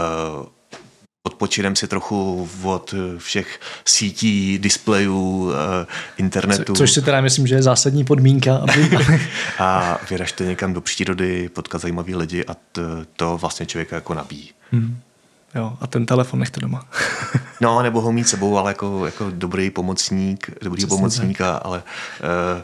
Odpočinem si trochu od všech sítí, displejů, internetu. Co, což si teda myslím, že je zásadní podmínka. Aby... a vyražte někam do přírody, potkat zajímavý lidi a to, to vlastně člověka jako nabíjí. Hmm. Jo, a ten telefon nechte doma. no, nebo ho mít sebou, ale jako, jako dobrý pomocník, dobrý pomocníka, ale uh,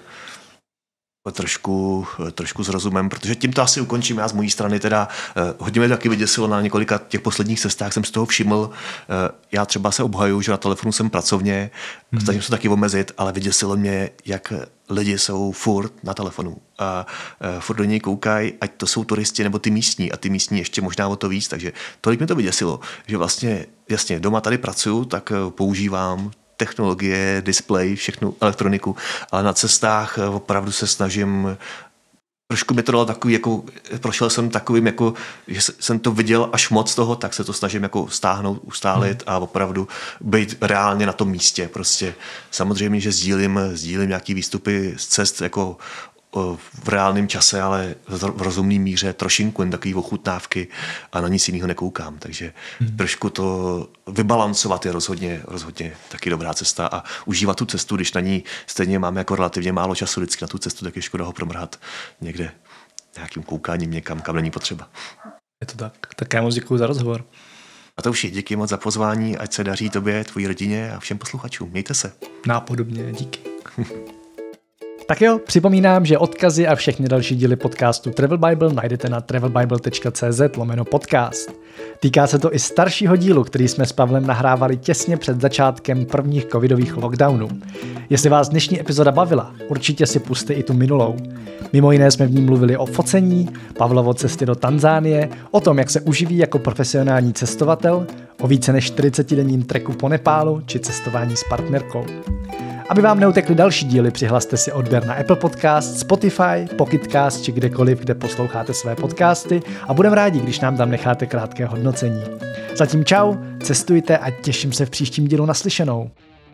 trošku, trošku s rozumem, protože tím to asi ukončím. Já z mojí strany teda uh, hodně mě taky vyděsilo na několika těch posledních cestách, jsem z toho všiml. Uh, já třeba se obhajuju, že na telefonu jsem pracovně, hmm. snažím se taky omezit, ale vyděsilo mě, jak lidi jsou furt na telefonu a uh, furt do něj koukají, ať to jsou turisti nebo ty místní a ty místní ještě možná o to víc, takže tolik mě to vyděsilo, že vlastně jasně doma tady pracuju, tak uh, používám technologie, displej, všechnu elektroniku, ale na cestách opravdu se snažím, trošku mi to dalo takový, jako, prošel jsem takovým, jako, že jsem to viděl až moc toho, tak se to snažím jako stáhnout, ustálit a opravdu být reálně na tom místě. Prostě samozřejmě, že sdílím, sdílím nějaký výstupy z cest jako v reálném čase, ale v rozumné míře trošinku, jen takový ochutnávky a na nic jiného nekoukám. Takže hmm. trošku to vybalancovat je rozhodně, rozhodně taky dobrá cesta a užívat tu cestu, když na ní stejně máme jako relativně málo času vždycky na tu cestu, tak je škoda ho promrhat někde nějakým koukáním někam, kam není potřeba. Je to tak. Tak já moc děkuju za rozhovor. A to už je. Díky moc za pozvání, ať se daří tobě, tvojí rodině a všem posluchačům. Mějte se. Nápodobně, díky. Tak jo, připomínám, že odkazy a všechny další díly podcastu Travel Bible najdete na travelbible tečka cz lomeno podcast. Týká se to i staršího dílu, který jsme s Pavlem nahrávali těsně před začátkem prvních covidových lockdownů. Jestli vás dnešní epizoda bavila, určitě si puste i tu minulou. Mimo jiné jsme v ní mluvili o focení, Pavlovo cesty do Tanzánie, o tom, jak se uživí jako profesionální cestovatel, o více než čtyřicetidenním treku po Nepálu či cestování s partnerkou. Aby vám neutekly další díly, přihlaste si odběr na Apple Podcast, Spotify, Pocketcast či kdekoliv, kde posloucháte své podcasty a budeme rádi, když nám tam necháte krátké hodnocení. Zatím čau, cestujte a těším se v příštím dílu naslyšenou.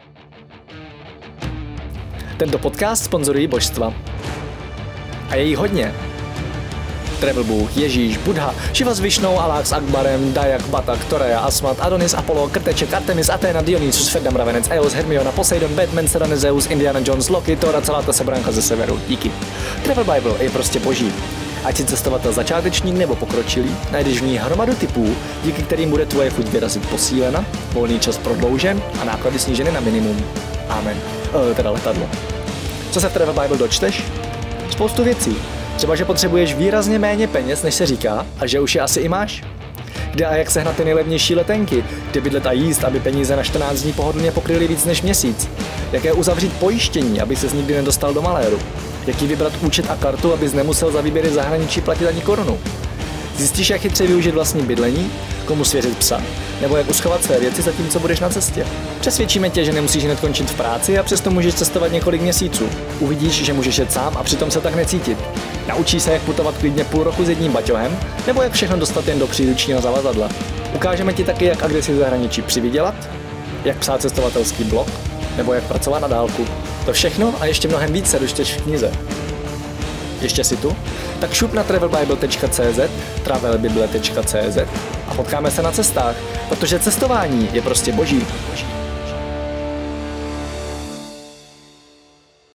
Tento podcast sponzorují božstva. A je jí hodně. Travel Bůh, Ježíš, Buddha, Šiva s Višnou, Alák s Akbarem, Dajak, Batak, Toreja, Asmat, Adonis, Apollo, Krteček, Artemis, Athena, Dionysus, Ferdam, Ravenec, Eos, Hermiona, Poseidon, Batman, Serena, Zeus, Indiana Jones, Loki, Thor a celá ta sebranka ze severu. Díky. Travel Bible je prostě boží. Ať si cestovatel začátečník nebo pokročilý, najdeš v ní hromadu typů, díky kterým bude tvoje chuť vyrazit posílena, volný čas prodloužen a náklady sníženy na minimum. Amen. E, teda letadlo. Co se v Travel Bible dočteš? Spoustu věcí. Třeba, že potřebuješ výrazně méně peněz, než se říká, a že už je asi i máš. Kde a jak sehnat ty nejlevnější letenky, kde bydlet a jíst, aby peníze na čtrnáct dní pohodlně pokryly víc než měsíc. Jaké uzavřít pojištění, aby ses nikdy nedostal do maléru. Jaký vybrat účet a kartu, abys nemusel za výběry zahraničí platit ani korunu. Zjistíš, jak chytře využít vlastní bydlení, komu svěřit psa, nebo jak uschovat své věci zatímco budeš na cestě. Přesvědčíme tě, že nemusíš hned končit v práci a přesto můžeš cestovat několik měsíců. Uvidíš, že můžeš jet sám a přitom se tak necítit. Naučíš se, jak putovat klidně půl roku s jedním baťohem, nebo jak všechno dostat jen do příručního zavazadla. Ukážeme ti taky, jak a kde si v zahraničí přivydělat, jak psát cestovatelský blog, nebo jak pracovat na dálku. To všechno a ještě mnohem víc se dočteš v knize. Ještě si tu? Tak šup na travelbible tečka cz, travelbible tečka cz a potkáme se na cestách, protože cestování je prostě boží. boží.